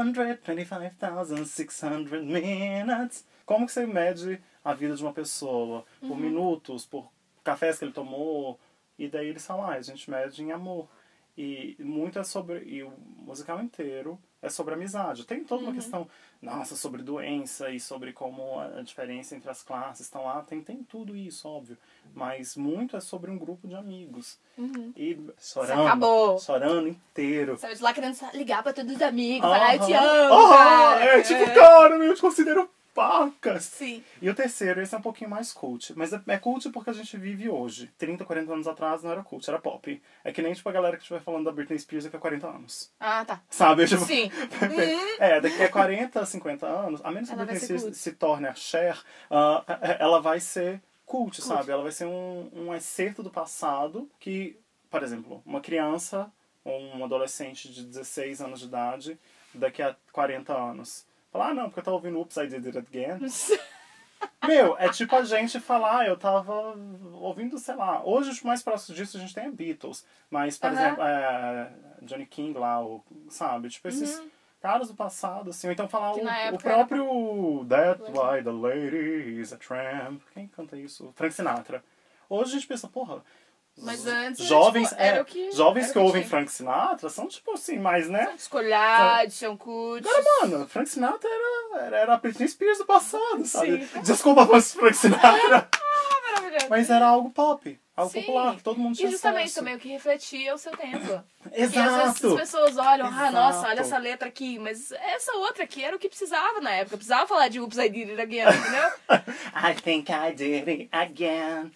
525,600 minutes. Como que você mede a vida de uma pessoa? Por minutos, por cafés que ele tomou. E daí eles falam, a gente mede em amor. E muito é sobre... E o musical inteiro é sobre amizade. Tem toda uma questão, nossa, sobre doença e sobre como a diferença entre as classes estão lá. Tem tudo isso, óbvio. Mas muito é sobre um grupo de amigos. E acabou. chorando inteiro. Saiu de lá querendo ligar pra todos os amigos, falar, eu te amo, Aham, cara. é tipo, cara, eu te considero pacas. Sim. E o terceiro, esse é um pouquinho mais cult. Mas é cult porque a gente vive hoje. 30, 40 anos atrás não era cult, era pop. É que nem tipo a galera que estiver falando da Britney Spears daqui a 40 anos. Ah, tá. Sabe? Tipo, Sim. Daqui a 40, 50 anos, a menos que a Ela vai Britney ser Spears cult. se torne a Cher, ela vai ser cult, sabe? Ela vai ser um excerto do passado que, por exemplo, uma criança ou um adolescente de 16 anos de idade, daqui a 40 anos, falar, não, porque eu tava ouvindo Oops, I Did It Again. Meu, é tipo a gente falar, eu tava ouvindo, sei lá, hoje o mais próximo disso a gente tem é Beatles, mas, por exemplo, Johnny King lá, sabe? Tipo, esses caras do passado, assim, ou então falar Que na o época próprio That's Why the Lady is a Tramp. Quem canta isso? Frank Sinatra. Hoje a gente pensa, porra, Mas antes jovens, era tipo, era o que... jovens era que o ouvem tinha. Frank Sinatra são tipo assim, mais, né? Escolhade, Sean Kutch. Cara, mano, Frank Sinatra era a Britney Spears do passado, sabe? Sim. Desculpa, Frank Sinatra. Maravilhoso. Mas era algo pop, algo Sim. popular, que todo mundo tinha E justamente acesso. também o que refletia o seu tempo. Exato. E às vezes as pessoas olham, Exato. nossa, olha essa letra aqui, mas essa outra aqui era o que precisava na época. Precisava falar de Oops, I Did It Again, entendeu? I think I did it again.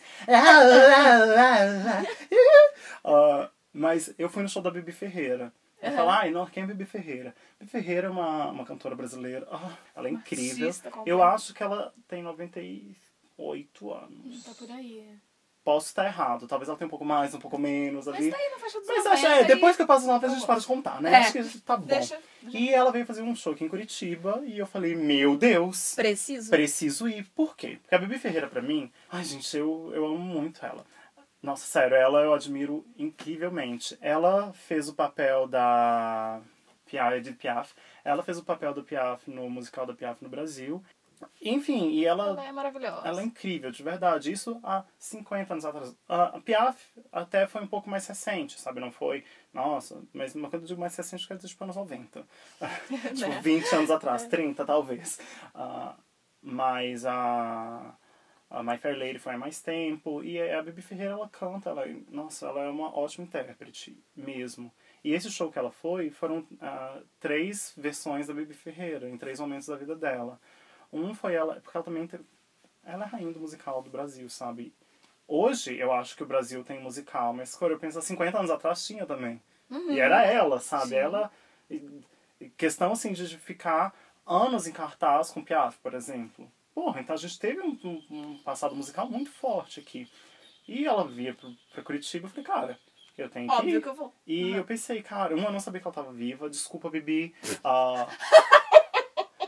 Mas eu fui no show da Bibi Ferreira. Eu falar, não, quem é Bibi Ferreira? Bibi Ferreira é uma cantora brasileira. Ela é incrível. artista completa. Eu acho que ela tem 98 anos. Tá por aí. Posso estar errado. Talvez ela tenha um pouco mais, um pouco menos ali. Mas tá aí na faixa dos Mas 90 acho, depois aí. que eu passo os 90 a gente para de contar, né? É. Acho que tá bom. Deixa. E ela veio fazer um show aqui em Curitiba e eu falei, meu Deus, preciso ir. Por quê? Porque a Bibi Ferreira, pra mim, ai gente, eu amo muito ela. Nossa, sério, ela eu admiro incrivelmente. Ela fez o papel da Edith Piaf. Ela fez o papel do Piaf no musical da Piaf no Brasil. Enfim, e Ela é maravilhosa. ela é incrível, de verdade. Isso há 50 anos atrás. A Piaf até foi um pouco mais recente, sabe? Não foi, nossa, mas quando eu digo mais recente, quer dizer tipo anos 90. Tipo, 20 anos atrás, 30 talvez. Mas a My Fair Lady foi há mais tempo. E a Bibi Ferreira, ela canta, nossa, ela é uma ótima intérprete, mesmo. E esse show que ela foram 3 versões da Bibi Ferreira, em 3 momentos da vida dela. Um foi ela, porque ela também ela é rainha do musical do Brasil, sabe? Hoje eu acho que o Brasil tem musical, mas quando eu penso há 50 anos atrás tinha também. E era ela, sabe? Sim. Ela, questão assim de ficar anos em cartaz com Piaf, por exemplo. Porra, então a gente teve um passado musical muito forte aqui. E ela via pra Curitiba e eu falei, cara, eu tenho que ir. Óbvio que eu vou. E eu pensei, cara, eu não sabia que ela tava viva, desculpa, Bibi.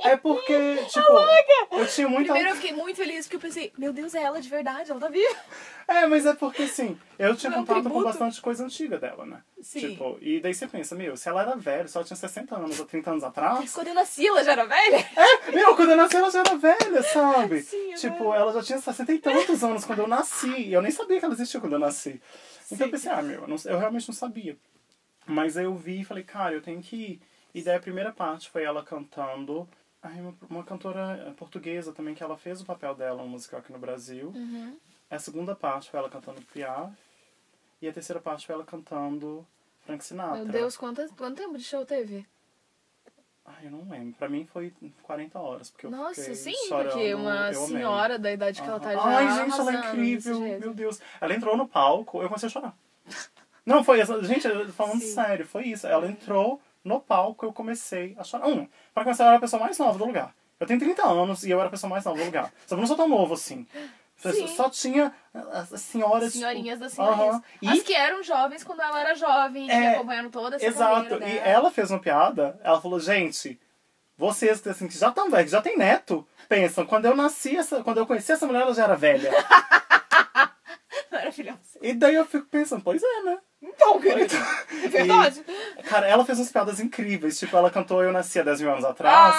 É porque, tipo, eu tinha muita... Primeiro eu fiquei muito feliz porque eu pensei, meu Deus, é ela de verdade, ela tá viva. É, mas é porque, assim, eu tinha Não é um contato com tributo? bastante coisa antiga dela, né? Sim. Tipo, e daí você pensa, meu, se ela era velha, se ela tinha 60 anos ou 30 anos atrás... Quando eu nasci, ela já era velha? Meu, quando eu nasci ela já era velha, sabe? Sim, Tipo, ela já tinha 60 e tantos anos quando eu nasci. E eu nem sabia que ela existia quando eu nasci. Então eu pensei, meu, eu realmente não sabia. Mas aí eu vi e falei, cara, eu tenho que ir. E daí a primeira parte foi ela cantando... uma cantora portuguesa também, que ela fez o papel dela no musical aqui no Brasil. Uhum. A segunda parte foi ela cantando Piaf. E a terceira parte foi ela cantando Frank Sinatra. Meu Deus, quanto tempo de show teve? Eu não lembro. Pra mim foi 40 horas. Porque eu Nossa, fiquei sim, chorando. porque uma eu amei. senhora da idade que ela tá já Ai, gente, ela é arrasando incrível. desse jeito. Meu Deus. Ela entrou no palco, eu comecei a chorar. Não, foi essa. Gente, falando Sim. sério, foi isso. Ela entrou no palco, eu comecei a chorar. Pra começar, eu era a pessoa mais nova do lugar. Eu tenho 30 anos e eu era a pessoa mais nova do lugar. Só que eu não sou tão novo assim. Sim. Só tinha as senhoras. Senhorinhas tipo, das senhorinhas. aham. As que eram jovens quando ela era jovem, É, acompanhando toda essa Exato. carreira E dela. ela fez uma piada, ela falou, gente, vocês assim, que já estão velhos, que já tem neto, pensam, quando eu conheci essa mulher, ela já era velha. Maravilhosa. E daí eu fico pensando, pois é, né? Então, querido. É verdade. Cara, ela fez umas piadas incríveis. Tipo, ela cantou Eu Nasci há 10 mil anos atrás.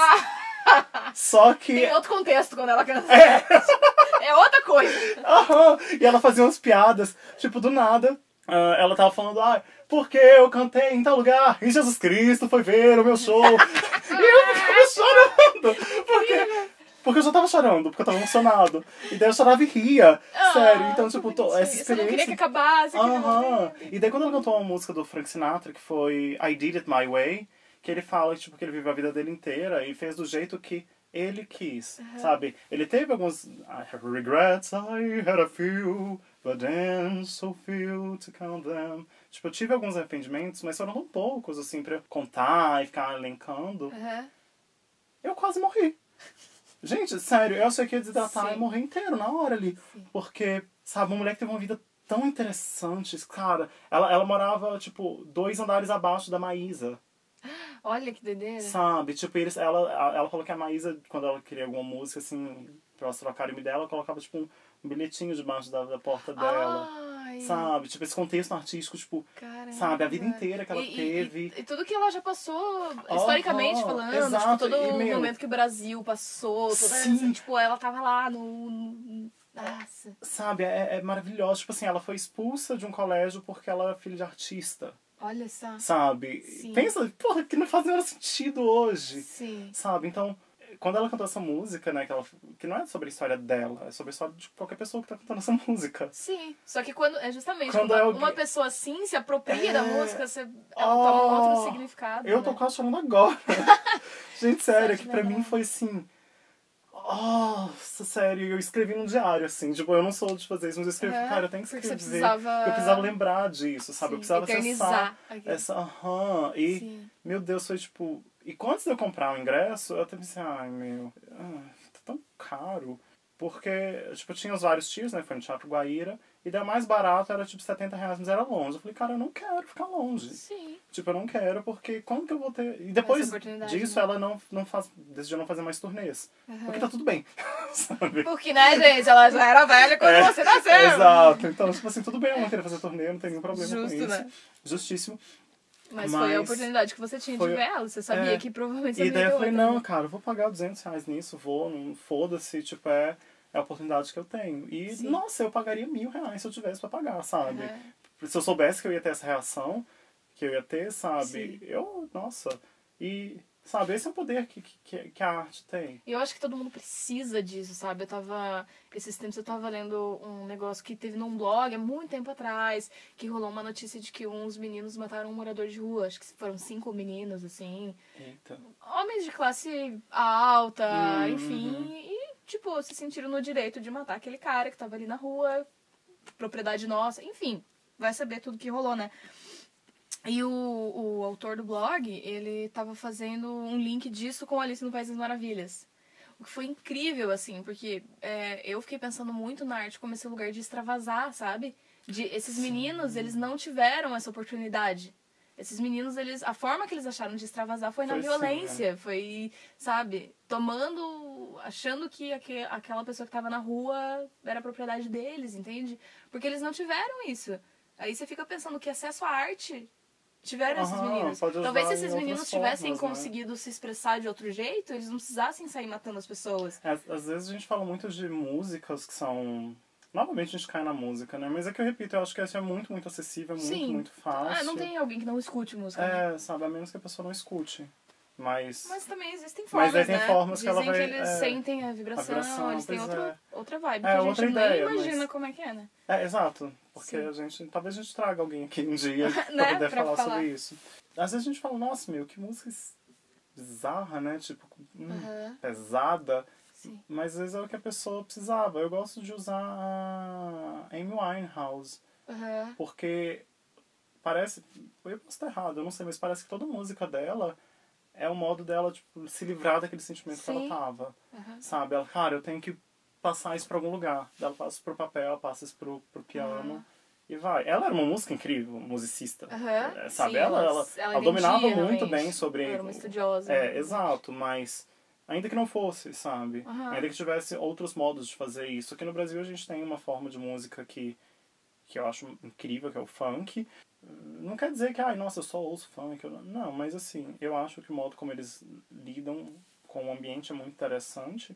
Só que... Tem outro contexto quando ela canta. É outra coisa. Aham. E ela fazia umas piadas, tipo, do nada. Ela tava falando, porque eu cantei em tal lugar e Jesus Cristo foi ver o meu show. E eu ficava chorando. Porque eu já tava chorando, porque eu tava emocionado. E daí eu chorava e ria. Sério. Então, tipo, essa experiência... Você não queria que acabasse. Aham. E daí quando ela cantou uma música do Frank Sinatra, que foi I Did It My Way, que ele fala tipo, que ele viveu a vida dele inteira e fez do jeito que ele quis, sabe? Ele teve alguns... I have regrets, I had a few, but then so few to count them. Tipo, eu tive alguns arrependimentos, mas foram tão poucos, assim, pra eu contar e ficar elencando. Eu quase morri. Gente, sério, eu achei que ia desidratar Sim. e morrer inteiro na hora ali. Sim. Porque, sabe, uma mulher que teve uma vida tão interessante, cara. Ela morava, tipo, 2 andares abaixo da Maísa. Olha que doideira. Sabe? Tipo, ela falou que a Maísa, quando ela queria alguma música, assim, pra elas trocarem uma ideia, ela colocava, tipo, um bilhetinho debaixo da porta dela. Ai. Sabe? Tipo, esse contexto artístico, tipo, Caramba. sabe? A vida inteira que ela teve. E tudo que ela já passou, historicamente falando, exato. tipo, todo E, o meu, momento que o Brasil passou, toda sim. tipo, ela tava lá Nossa. Sabe? É maravilhoso. Tipo assim, ela foi expulsa de um colégio porque ela era filha de artista. Olha só. Sabe? Sim. Pensa, porra, que não faz nenhum sentido hoje. Sim. Sabe? Então, quando ela cantou essa música, né, que não é sobre a história dela, é sobre a história de qualquer pessoa que tá cantando essa música. Sim. Só que quando justamente Quando quando é uma alguém- pessoa assim se apropria da música, ela Oh, toma um outro significado. Eu tô né? quase chorando agora. Gente, sério, Isso que é pra legal. mim foi assim... Nossa, sério, eu escrevi num diário, assim. Tipo, eu não sou de fazer isso, mas eu escrevi, cara, eu tenho que Porque escrever. você precisava... Eu precisava lembrar disso, sabe? Sim, Eu precisava eternizar acessar aquilo. essa... E, Sim. meu Deus, foi tipo... E quando antes de eu comprar o ingresso, eu até pensei, tá tão caro. Porque, tipo, eu tinha os vários tiers, né? Foi no Teatro Guaíra. E daí o mais barato era, tipo, R$70, mas era longe. Eu falei, cara, eu não quero ficar longe. Sim. Tipo, eu não quero, porque como que eu vou ter... E depois Essa oportunidade, disso, né? ela decidiu não fazer mais turnês. Porque tá tudo bem, sabe? Porque, né, gente, ela já era velha quando você nasceu. Exato. Então, tipo assim, tudo bem eu não querer fazer turnê, não tem nenhum problema Justo, com isso. né? Justíssimo. Mas foi a oportunidade que você tinha de foi- ver ela. Você sabia que provavelmente você E não daí ia eu ter falei, outra, não, né? cara, eu vou pagar R$200 nisso, não foda-se, tipo, é a oportunidade que eu tenho. E, Sim. nossa, eu pagaria R$1.000 se eu tivesse pra pagar, sabe? Aham. Se eu soubesse que eu ia ter essa reação, que eu ia ter, sabe? Sim. Nossa, e, sabe, esse é o poder que a arte tem. E eu acho que todo mundo precisa disso, sabe? Esses tempos eu tava lendo um negócio que teve num blog há muito tempo atrás, que rolou uma notícia de que uns meninos mataram um morador de rua. Acho que foram 5 meninos, assim. Eita. Homens de classe alta, Uhum. enfim. E, tipo, se sentiram no direito de matar aquele cara que tava ali na rua, propriedade nossa, enfim. Vai saber tudo que rolou, né? E o autor do blog, ele tava fazendo um link disso com Alice no País das Maravilhas. O que foi incrível, assim, porque eu fiquei pensando muito na arte como esse lugar de extravasar, sabe? Esses meninos, eles não tiveram essa oportunidade Esses meninos, a forma que eles acharam de extravasar foi na Foi sim, violência. Foi, sabe, achando que aquela pessoa que tava na rua era propriedade deles, entende? Porque eles não tiveram isso. Aí você fica pensando que acesso à arte tiveram esses meninos. pode ajudar Talvez se em esses outras meninos tivessem formas, né? conseguido se expressar de outro jeito, eles não precisassem sair matando as pessoas. Às vezes a gente fala muito de músicas que são... Novamente a gente cai na música, né? Mas é que eu repito, eu acho que essa é muito, muito acessível, Sim. muito fácil. Não tem alguém que não escute música, né? Sabe, a menos que a pessoa não escute. Mas também existem formas, aí tem né? formas que Dizem ela vai... que eles sentem a vibração, eles têm pois outra vibe, É, que a outra gente ideia, nem imagina mas- como é que é, né? Exato. Porque talvez a gente traga alguém aqui um dia pra Né? poder Pra falar falar. sobre isso. Às vezes a gente fala, nossa, que música bizarra, né? Tipo, pesada. Sim. Mas às vezes é o que a pessoa precisava. Eu gosto de usar a Amy Winehouse. Porque parece... Eu posso estar errado, eu não sei, mas parece que toda música dela é o modo dela, tipo, se livrar daquele sentimento que ela Sim. tava. Sabe? Ela, cara, eu tenho que passar isso pra algum lugar. Ela passa pro papel, passa isso pro piano. E vai. Ela era uma música incrível, musicista. Sabe? Sim, ela dominava entendia, muito realmente. bem sobre... Ela era uma estudiosa. Exato, mas... Ainda que não fosse, sabe? Ainda que tivesse outros modos de fazer isso. Aqui no Brasil a gente tem uma forma de música que eu acho incrível, que é o funk. Não quer dizer que, nossa, eu só ouço funk. Não, mas assim, eu acho que o modo como eles lidam com o ambiente é muito interessante.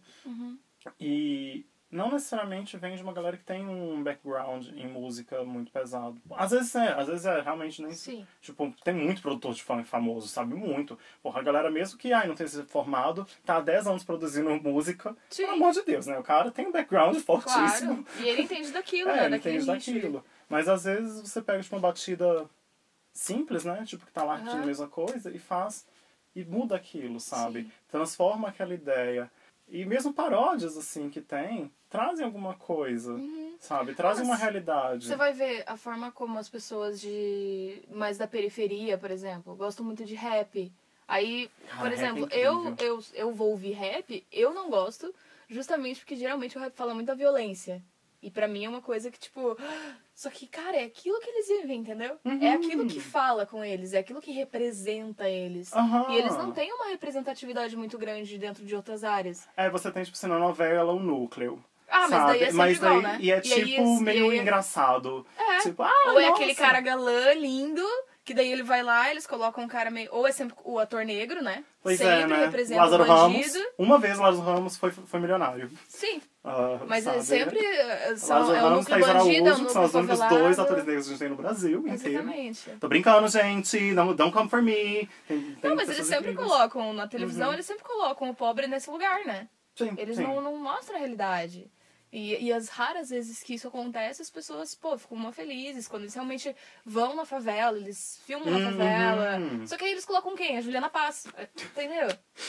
E não necessariamente vem de uma galera que tem um background em música muito pesado. Às vezes é realmente nem... Sim. Tipo, tem muito produtor de funk famoso, sabe? Muito. Porra, a galera mesmo que, não tem sido formado, tá há 10 anos produzindo música. Sim. Pelo amor de Deus, né? O cara tem um background fortíssimo. Claro. E ele entende daquilo, né? Ele Daquele entende nicho. daquilo. Mas às vezes você pega, tipo, uma batida simples, né? Tipo, que tá lá repetindo a mesma coisa e faz... E muda aquilo, sabe? Sim. Transforma aquela ideia. E mesmo paródias, assim, que tem, trazem alguma coisa, sabe? Trazem uma realidade. Você vai ver a forma como as pessoas mais da periferia, por exemplo, gostam muito de rap. Aí, Cara, por rap é exemplo, incrível. eu vou ouvir rap, eu não gosto, justamente porque geralmente o rap fala muito da violência. E pra mim é uma coisa que, tipo... Só que, cara, é aquilo que eles vivem, entendeu? É aquilo que fala com eles, é aquilo que representa eles. E eles não têm uma representatividade muito grande dentro de outras áreas. Você tem, tipo, assim, na novela, o núcleo. Mas sabe? daí é sempre igual, né? E é, E tipo, aí, meio e aí- engraçado. Tipo, Ou é nossa. aquele cara galã, lindo, que daí ele vai lá, eles colocam um cara meio... Ou é sempre o ator negro, né? Pois sempre né? representa Lázaro o bandido. Ramos. Uma vez Lázaro Ramos foi milionário. Sim, mas sabe? é sempre... é Lázaro o Ramos, núcleo Thaís bandido, é o Araújo, que são núcleo os únicos favelado. 2 atores negros que a gente tem no Brasil inteiro. Exatamente. Tô brincando, gente. Don't come for me. Tem Não, mas pessoas eles sempre incríveis. colocam, na televisão, eles sempre colocam o pobre nesse lugar, né? Sim, Eles sim. não mostram a realidade. E as raras vezes que isso acontece, as pessoas, ficam mó felizes. Quando eles realmente vão na favela, eles filmam na favela. Só que aí eles colocam quem? A Juliana Paz. Entendeu?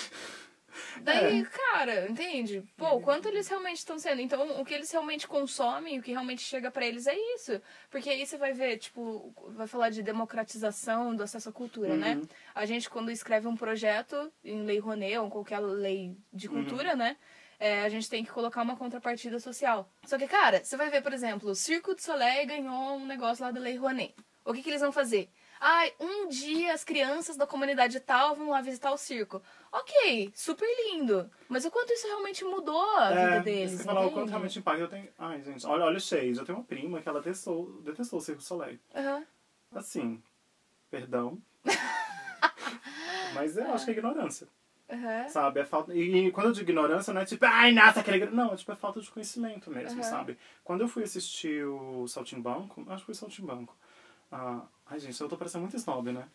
Daí, cara, entende? O quanto eles realmente estão sendo. Então, o que eles realmente consomem, o que realmente chega pra eles é isso. Porque aí você vai ver, tipo, vai falar de democratização do acesso à cultura, né? A gente, quando escreve um projeto em Lei Rouanet ou qualquer lei de cultura, né? A gente tem que colocar uma contrapartida social. Só que, cara, você vai ver, por exemplo, o Circo du Soleil ganhou um negócio lá da Lei Rouanet. O que eles vão fazer? Um dia as crianças da comunidade tal vão lá visitar o circo. Ok, super lindo. Mas o quanto isso realmente mudou a vida deles, Você falar o entende? quanto realmente impacta. Eu tenho... Ai, gente, olha o shade. Eu tenho uma prima que ela detestou o Circo du Soleil. Assim, perdão. Mas eu acho que é ignorância. Sabe? É falta... E quando eu digo ignorância, não é tipo, nossa, aquele... Não, é tipo, é falta de conhecimento mesmo, sabe? Quando eu fui assistir o Saltimbanco, acho que foi o Saltimbanco. Ai, gente, eu tô parecendo muito snob, né?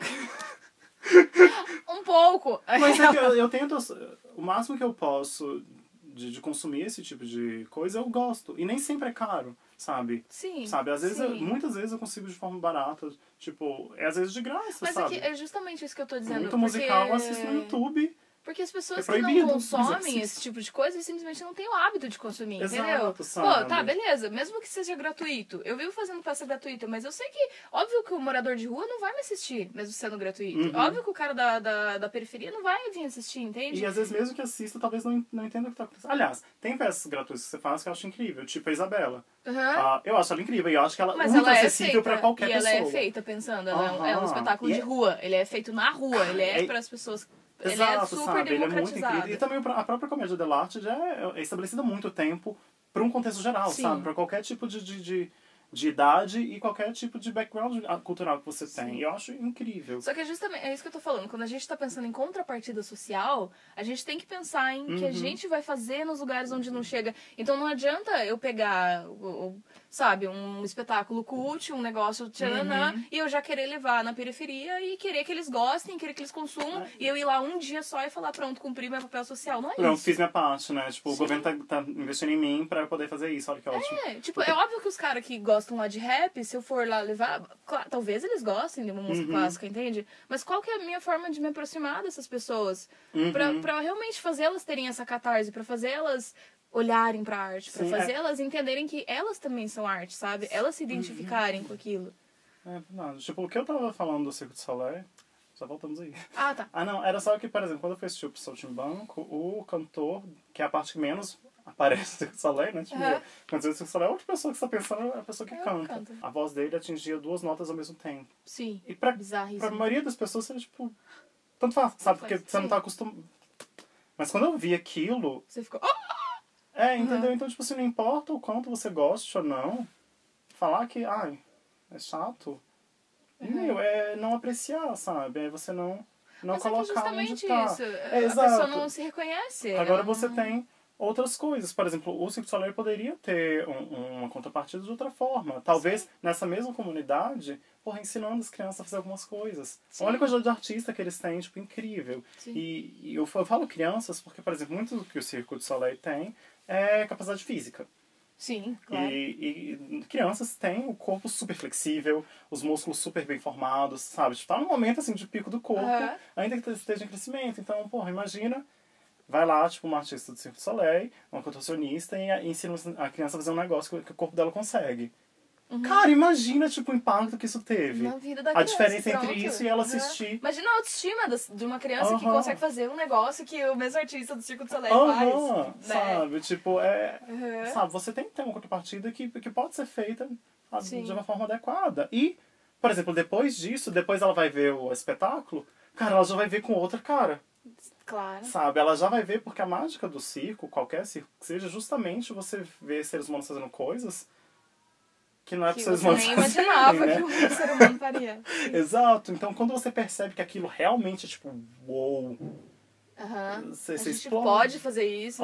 Um pouco. Mas é que eu tento... O máximo que eu posso de consumir esse tipo de coisa, eu gosto. E nem sempre é caro, sabe? Sim. Sabe? Às vezes, sim. muitas vezes eu consigo de forma barata. Tipo, às vezes de graça, Mas sabe? é justamente isso que eu tô dizendo. Muito musical eu porque... assisto no YouTube Porque as pessoas É que não proibido, consomem exercício. esse tipo de coisa, eles simplesmente não têm o hábito de consumir, Exato, entendeu? sabe? Pô, tá, beleza. Mesmo que seja gratuito. Eu vivo fazendo peça gratuita, mas eu sei que, óbvio que o morador de rua não vai me assistir, mesmo sendo gratuito. Óbvio que o cara da periferia não vai vir assistir, entende? E às vezes mesmo que assista, talvez não entenda o que tá acontecendo. Aliás, tem peças gratuitas que você faz que eu acho incrível, tipo a Isabela. Aham. Eu acho ela incrível e eu acho que ela é Mas muito ela é acessível pra feita, qualquer e pessoa. ela é feita pensando, ela é um Aham. espetáculo E de é- rua. Ele é feito na rua, ele é para as pessoas... Ele é Exato, super sabe? Ele é muito democratizado. incrível. E também a própria comédia dell'arte já é estabelecida há muito tempo para um contexto geral, Sim. sabe? Para qualquer tipo de idade e qualquer tipo de background cultural que você tem. E eu acho incrível. Só que é justamente, é isso que eu tô falando, quando a gente tá pensando em contrapartida social, a gente tem que pensar em que a gente vai fazer nos lugares onde não chega. Então não adianta eu pegar, sabe, um espetáculo cult, um negócio tchananã, e eu já querer levar na periferia e querer que eles gostem, querer que eles consumam, e eu ir lá um dia só e falar, pronto, cumpri meu papel social. Não é Não, isso. fiz minha parte, né? Tipo, o governo tá investindo em mim pra eu poder fazer isso. Olha que ótimo. Tipo, é óbvio que os caras que gostam lá de rap, se eu for lá levar, claro, talvez eles gostem de uma música clássica, entende? Mas qual que é a minha forma de me aproximar dessas pessoas? Pra realmente fazê-las terem essa catarse, pra fazê-las olharem pra arte, pra Sim, fazê-las entenderem que elas também são arte, sabe? Elas se identificarem com aquilo. É verdade. Tipo, o que eu tava falando do Circo de Soleil, já voltamos aí. Ah, tá. Não, era só que, por exemplo, quando eu fui assistir o Saltimbanco, o cantor, que é a parte que menos aparece no Circo de Soleil, né? Tipo, quando você vê o Circo de Soleil, a outra pessoa que você tá pensando é a pessoa que canta. A voz dele atingia 2 notas ao mesmo tempo. Sim. E pra Bizarríssimo. maioria das pessoas, seria tipo... Tanto faz, sabe? Porque você não tá acostumado... Mas quando eu vi aquilo... Você ficou... Entendeu? Então, tipo assim, não importa o quanto você goste ou não, falar que, é chato... Meu, é não apreciar, sabe? É você não Mas colocar é justamente onde tá. isso. É, A exato. pessoa não se reconhece. Agora você tem outras coisas. Por exemplo, o Circo de Soleil poderia ter uma contrapartida de outra forma. Talvez nessa mesma comunidade, ensinando as crianças a fazer algumas coisas. Sim. Olha a quantidade de artista que eles têm, tipo, incrível. Sim. E eu falo crianças porque, por exemplo, muito do que o Circo de Soleil tem é capacidade física. Sim, claro. E crianças têm o corpo super flexível, os músculos super bem formados, sabe? Tipo, tá num momento, assim, de pico do corpo, ainda que esteja em crescimento. Então, imagina, vai lá, tipo, uma artista do Circo de Soleil, uma contorcionista, e ensina a criança a fazer um negócio que o corpo dela consegue. Cara, imagina, tipo, o impacto que isso teve. Na vida da A criança, diferença pronto. entre isso e ela assistir. Imagina a autoestima de uma criança que consegue fazer um negócio que o mesmo artista do Circo de Soleil faz. Né? Sabe? Tipo, sabe, você tem que ter uma contrapartida que pode ser feita de uma forma adequada. E, por exemplo, depois disso, depois ela vai ver o espetáculo, cara, ela já vai ver com outra cara. Claro. Sabe? Ela já vai ver, porque a mágica do circo, qualquer circo que seja, justamente você ver seres humanos fazendo coisas que não é para seres humanos nem fazerem, imaginava né? que um ser humano faria. Exato. Então, quando você percebe que aquilo realmente é tipo, uou, você A gente explode. pode fazer isso.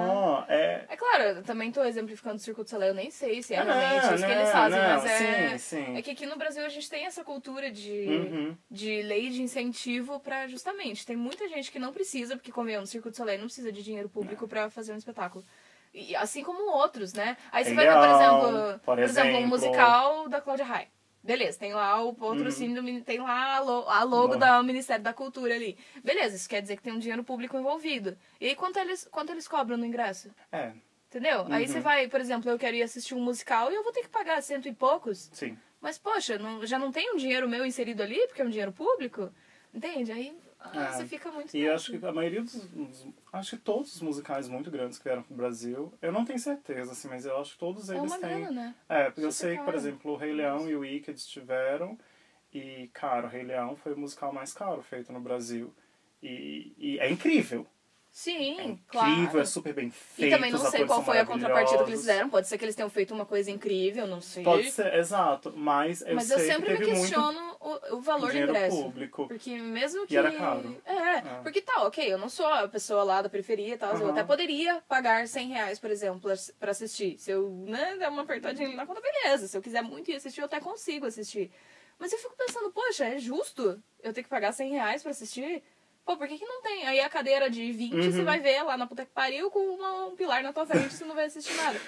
É claro, eu também tô exemplificando o Circo do Soleil, eu nem sei se é realmente isso que eles fazem, mas sim. é que aqui no Brasil a gente tem essa cultura de lei de incentivo pra justamente. Tem muita gente que não precisa, porque convenhamos, o Circo do Soleil não precisa de dinheiro público pra fazer um espetáculo. E, assim como outros, né? Aí você vai ver, por exemplo, um musical da Cláudia Raia. Beleza, tem lá o patrocínio, tem lá a logo do Ministério da Cultura ali. Beleza, isso quer dizer que tem um dinheiro público envolvido. E aí, quanto eles cobram no ingresso? Entendeu? Aí você vai, por exemplo, eu quero ir assistir um musical e eu vou ter que pagar 100 e poucos. Sim. Mas, poxa, já não tem um dinheiro meu inserido ali, porque é um dinheiro público? Entende? Aí você fica muito... E acho que a maioria acho que todos os musicais muito grandes que vieram pro Brasil, eu não tenho certeza, assim, mas eu acho que todos eles uma têm... grana, né? Porque eu sei que, por exemplo, o Rei Leão e o Wicked estiveram, e, cara, o Rei Leão foi o musical mais caro feito no Brasil. E é incrível. Sim, incrível, claro. É super bem feito. E também não sei qual foi a contrapartida que eles fizeram. Pode ser que eles tenham feito uma coisa incrível, não sei. Pode ser, exato. Mas eu sei sempre que teve me questiono o valor do ingresso. Público. Porque mesmo que... E era caro. Porque ok, eu não sou a pessoa lá da periferia e tal. Eu até poderia pagar R$100, por exemplo, pra assistir. Se eu der uma apertadinha ali na conta, beleza. Se eu quiser muito ir assistir, eu até consigo assistir. Mas eu fico pensando, poxa, é justo eu ter que pagar R$100 pra assistir? Pô, por que não tem? Aí a cadeira de 20 você vai ver lá na puta que pariu com um pilar na tua frente e você não vai assistir nada.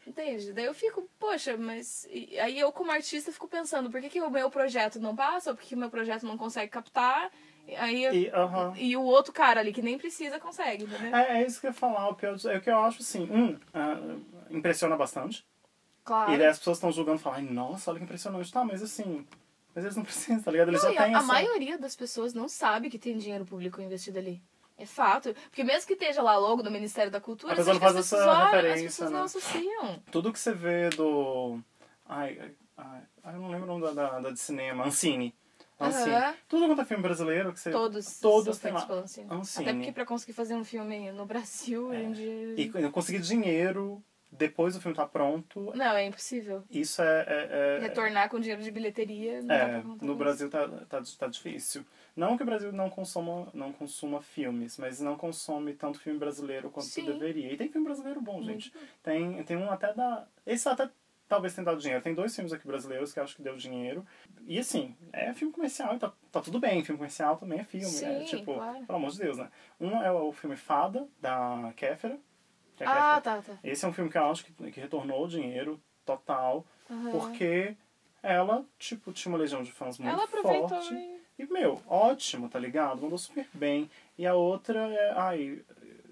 Entende? Daí eu fico, poxa, mas... Aí eu, como artista, fico pensando, por que o meu projeto não passa? Ou por que o meu projeto não consegue captar? Aí e o outro cara ali, que nem precisa, consegue, entendeu? É isso que eu ia falar. O pior é o que eu acho, assim, impressiona bastante. Claro. E daí as pessoas estão julgando e falam, ai, nossa, olha que impressionante. Tá, mas assim... Mas eles não precisam, tá ligado? Eles Não, já e têm a maioria das pessoas não sabe que tem dinheiro público investido ali. É fato. Porque mesmo que esteja lá logo do Ministério da Cultura, A pessoa acho não que faz as pessoas essa olham, referência, as pessoas né? não associam. Tudo que você vê do... eu não lembro o nome da de cinema. Ancine. Aham. Tudo quanto é filme brasileiro que você... Todos Todos são tem feitos lá. pelo Ancine. Ancine. Até porque pra conseguir fazer um filme no Brasil, hoje em dia... E eu consegui dinheiro depois do filme tá pronto. Não, é impossível. Isso é Retornar com dinheiro de bilheteria, não dá pra contar no com Brasil tá difícil. Não que o Brasil não consuma filmes, mas não consome tanto filme brasileiro quanto Sim. deveria. E tem filme brasileiro bom, gente. Muito Tem um até da... Esse até talvez tenha dado dinheiro. Tem 2 filmes aqui brasileiros que eu acho que deu dinheiro. E assim, é filme comercial, tá tudo bem. Filme comercial também é filme. Sim, tipo, claro. pelo amor de Deus, né? Um é o filme Fada, da Kéfera. Que é Ah, Kéfera. tá. Esse é um filme que eu acho que retornou o dinheiro total. Aham. Porque ela, tipo, tinha uma legião de fãs muito Ela aproveitou forte. e... E, meu, ótimo, tá ligado? Mandou super bem. E a outra é... Ai,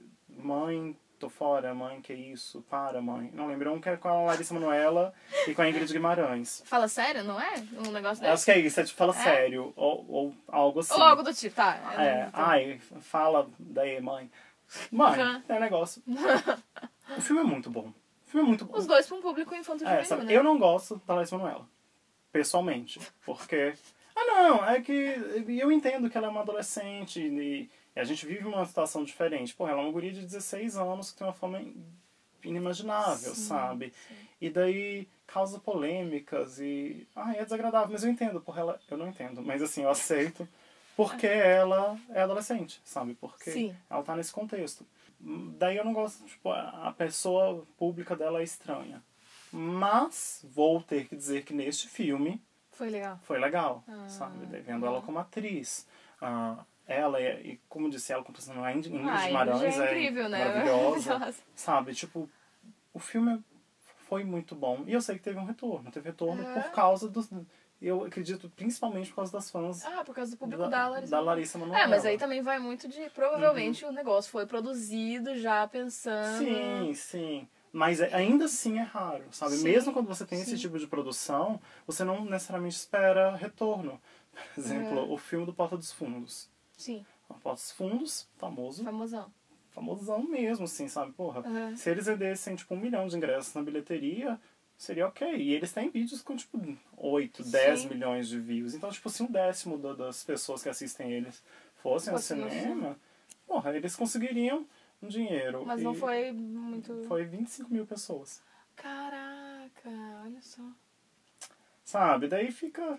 mãe, tô fora, mãe, que isso? Para, mãe. Não lembro, um que é com a Larissa Manoela e com a Ingrid Guimarães. Fala sério, não é? Um negócio Acho desse? que é isso, é tipo, fala sério. Ou algo assim. Ou algo do tipo, tá. Ai, fala daí, mãe. Mãe, Uhum. é um negócio. O filme é muito bom. O filme é muito bom. Os dois pra um público infanto-juvenil, Sabe, né? eu não gosto da Larissa Manoela, pessoalmente, porque... não, é que eu entendo que ela é uma adolescente e a gente vive uma situação diferente. Porra, ela é uma guria de 16 anos que tem uma fama inimaginável, Sim, sabe? sim. E daí causa polêmicas e... é desagradável, mas eu entendo, porra, eu não entendo, mas assim, eu aceito porque ela é adolescente, sabe? Porque Sim. ela tá nesse contexto. Daí eu não gosto, tipo, a pessoa pública dela é estranha. Mas vou ter que dizer que neste filme Foi legal. foi legal, sabe? Daí vendo ela como atriz. Ela, e como disse, ela com a Ingrid Guimarães é incrível, né? maravilhosa. Sabe? Tipo, o filme foi muito bom. E eu sei que teve um retorno. Teve retorno por causa dos... Eu acredito principalmente por causa das fãs. Por causa do público da Larissa. Da Larissa Manoela. Mas aí também vai muito de... Provavelmente o negócio foi produzido já pensando... Sim. Mas ainda assim é raro, sabe? Sim, Mesmo quando você tem esse tipo de produção, você não necessariamente espera retorno. Por exemplo, o filme do Porta dos Fundos. Sim. O Porta dos Fundos, famoso. Famosão mesmo, assim, sabe? Porra, se eles vendessem, tipo, 1 milhão de ingressos na bilheteria, seria ok. E eles têm vídeos com, tipo, 8, 10 milhões de views. Então, tipo, se 1/10 das pessoas que assistem eles fossem ao cinema, porra, eles conseguiriam um dinheiro. Mas não foi muito... Foi 25 mil pessoas. Caraca, olha só. Sabe? Daí fica...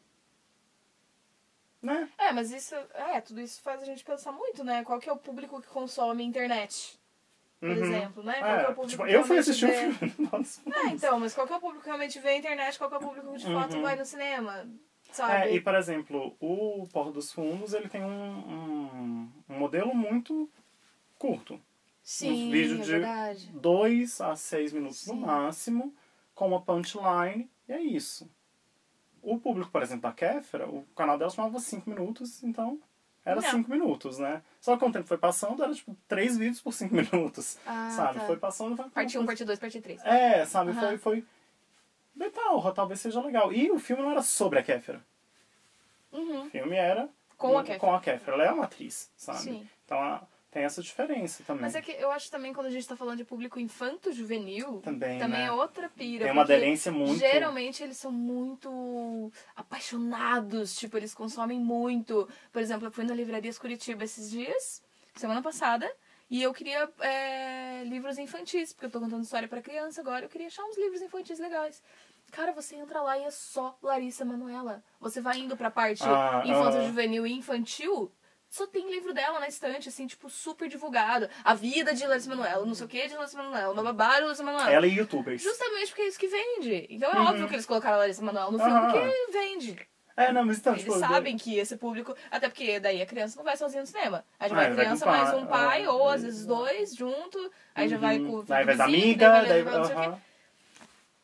Né? Mas isso... tudo isso faz a gente pensar muito, né? Qual que é o público que consome internet? Por exemplo, né? Qual que é o público tipo, que eu fui realmente assistir vê... um filme. Nossa, então, mas qual que é o público que realmente vê a internet? Qual que é o público que de fato vai no cinema? Sabe? E, por exemplo, o Porta dos Fundos, ele tem um modelo muito curto. Sim, Um vídeo é de verdade. 2 a 6 minutos no máximo, com uma punchline, e é isso. O público, por exemplo, da Kéfera, o canal dela chamava 5 minutos, então era 5 minutos, né? Só que com o tempo foi passando, era tipo 3 vídeos por 5 minutos, sabe? Tá. Foi passando... Foi Parte 1, parte 2, parte 3. Sabe? Foi... Talvez seja legal. E o filme não era sobre a Kéfera. O filme era com a Kéfera. Ela é uma atriz, sabe? Sim. Então tem essa diferença também. Mas é que eu acho também quando a gente tá falando de público infanto-juvenil, também né? É outra pira. Tem uma aderência muito... Geralmente eles são muito apaixonados, tipo, eles consomem muito. Por exemplo, eu fui na Livraria Curitiba esses dias, semana passada, e eu queria livros infantis, porque eu tô contando história pra criança agora, eu queria achar uns livros infantis legais. Cara, você entra lá e é só Larissa Manoela. Você vai indo pra parte infanto-juvenil e infantil, só tem livro dela na estante, assim, tipo, super divulgado. A vida de Larissa Manoela, não sei o que de Larissa Manoela, babá de Larissa Manoela. Ela e youtubers. Justamente porque é isso que vende. Então é óbvio que eles colocaram a Larissa Manoela no filme, porque vende. Não, mas então, Eles sabem que esse público... Até porque daí a criança não vai sozinha no cinema. Aí já vai a criança mais um pai, ou às vezes 2, junto. Aí já vai com o Aí vai da vizinho, amiga, daí vai não sei o quê.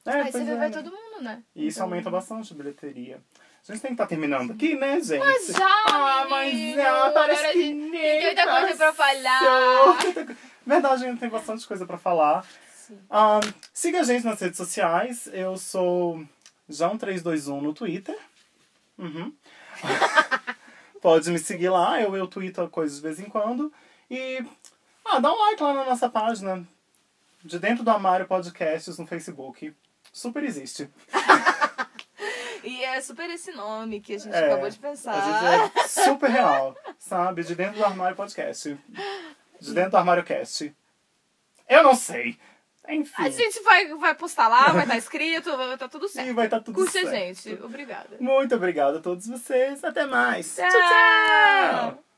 Aí pois você vê, é. vai todo mundo, né? E isso Então- aumenta bastante a bilheteria. A gente tem que estar terminando aqui, né, gente? Mas já, mas menino, já, parece agora que a gente nem tem muita coisa pra falar. passou. Verdade, a gente tem bastante coisa pra falar. Sim. Siga a gente nas redes sociais. Eu sou João321 no Twitter. Uhum. Pode me seguir lá, eu tweeto coisas de vez em quando. E dá um like lá na nossa página. De Dentro do Armário Podcasts no Facebook. Super existe. E é super esse nome que a gente É, acabou de pensar. A gente é super real, sabe? De Dentro do Armário Podcast. De Dentro do Armário Cast. Eu não sei. Enfim. A gente vai postar lá, vai estar escrito, vai estar tudo certo. E vai estar tudo Curte certo. a gente. Obrigada. Muito obrigada a todos vocês. Até mais. Tchau.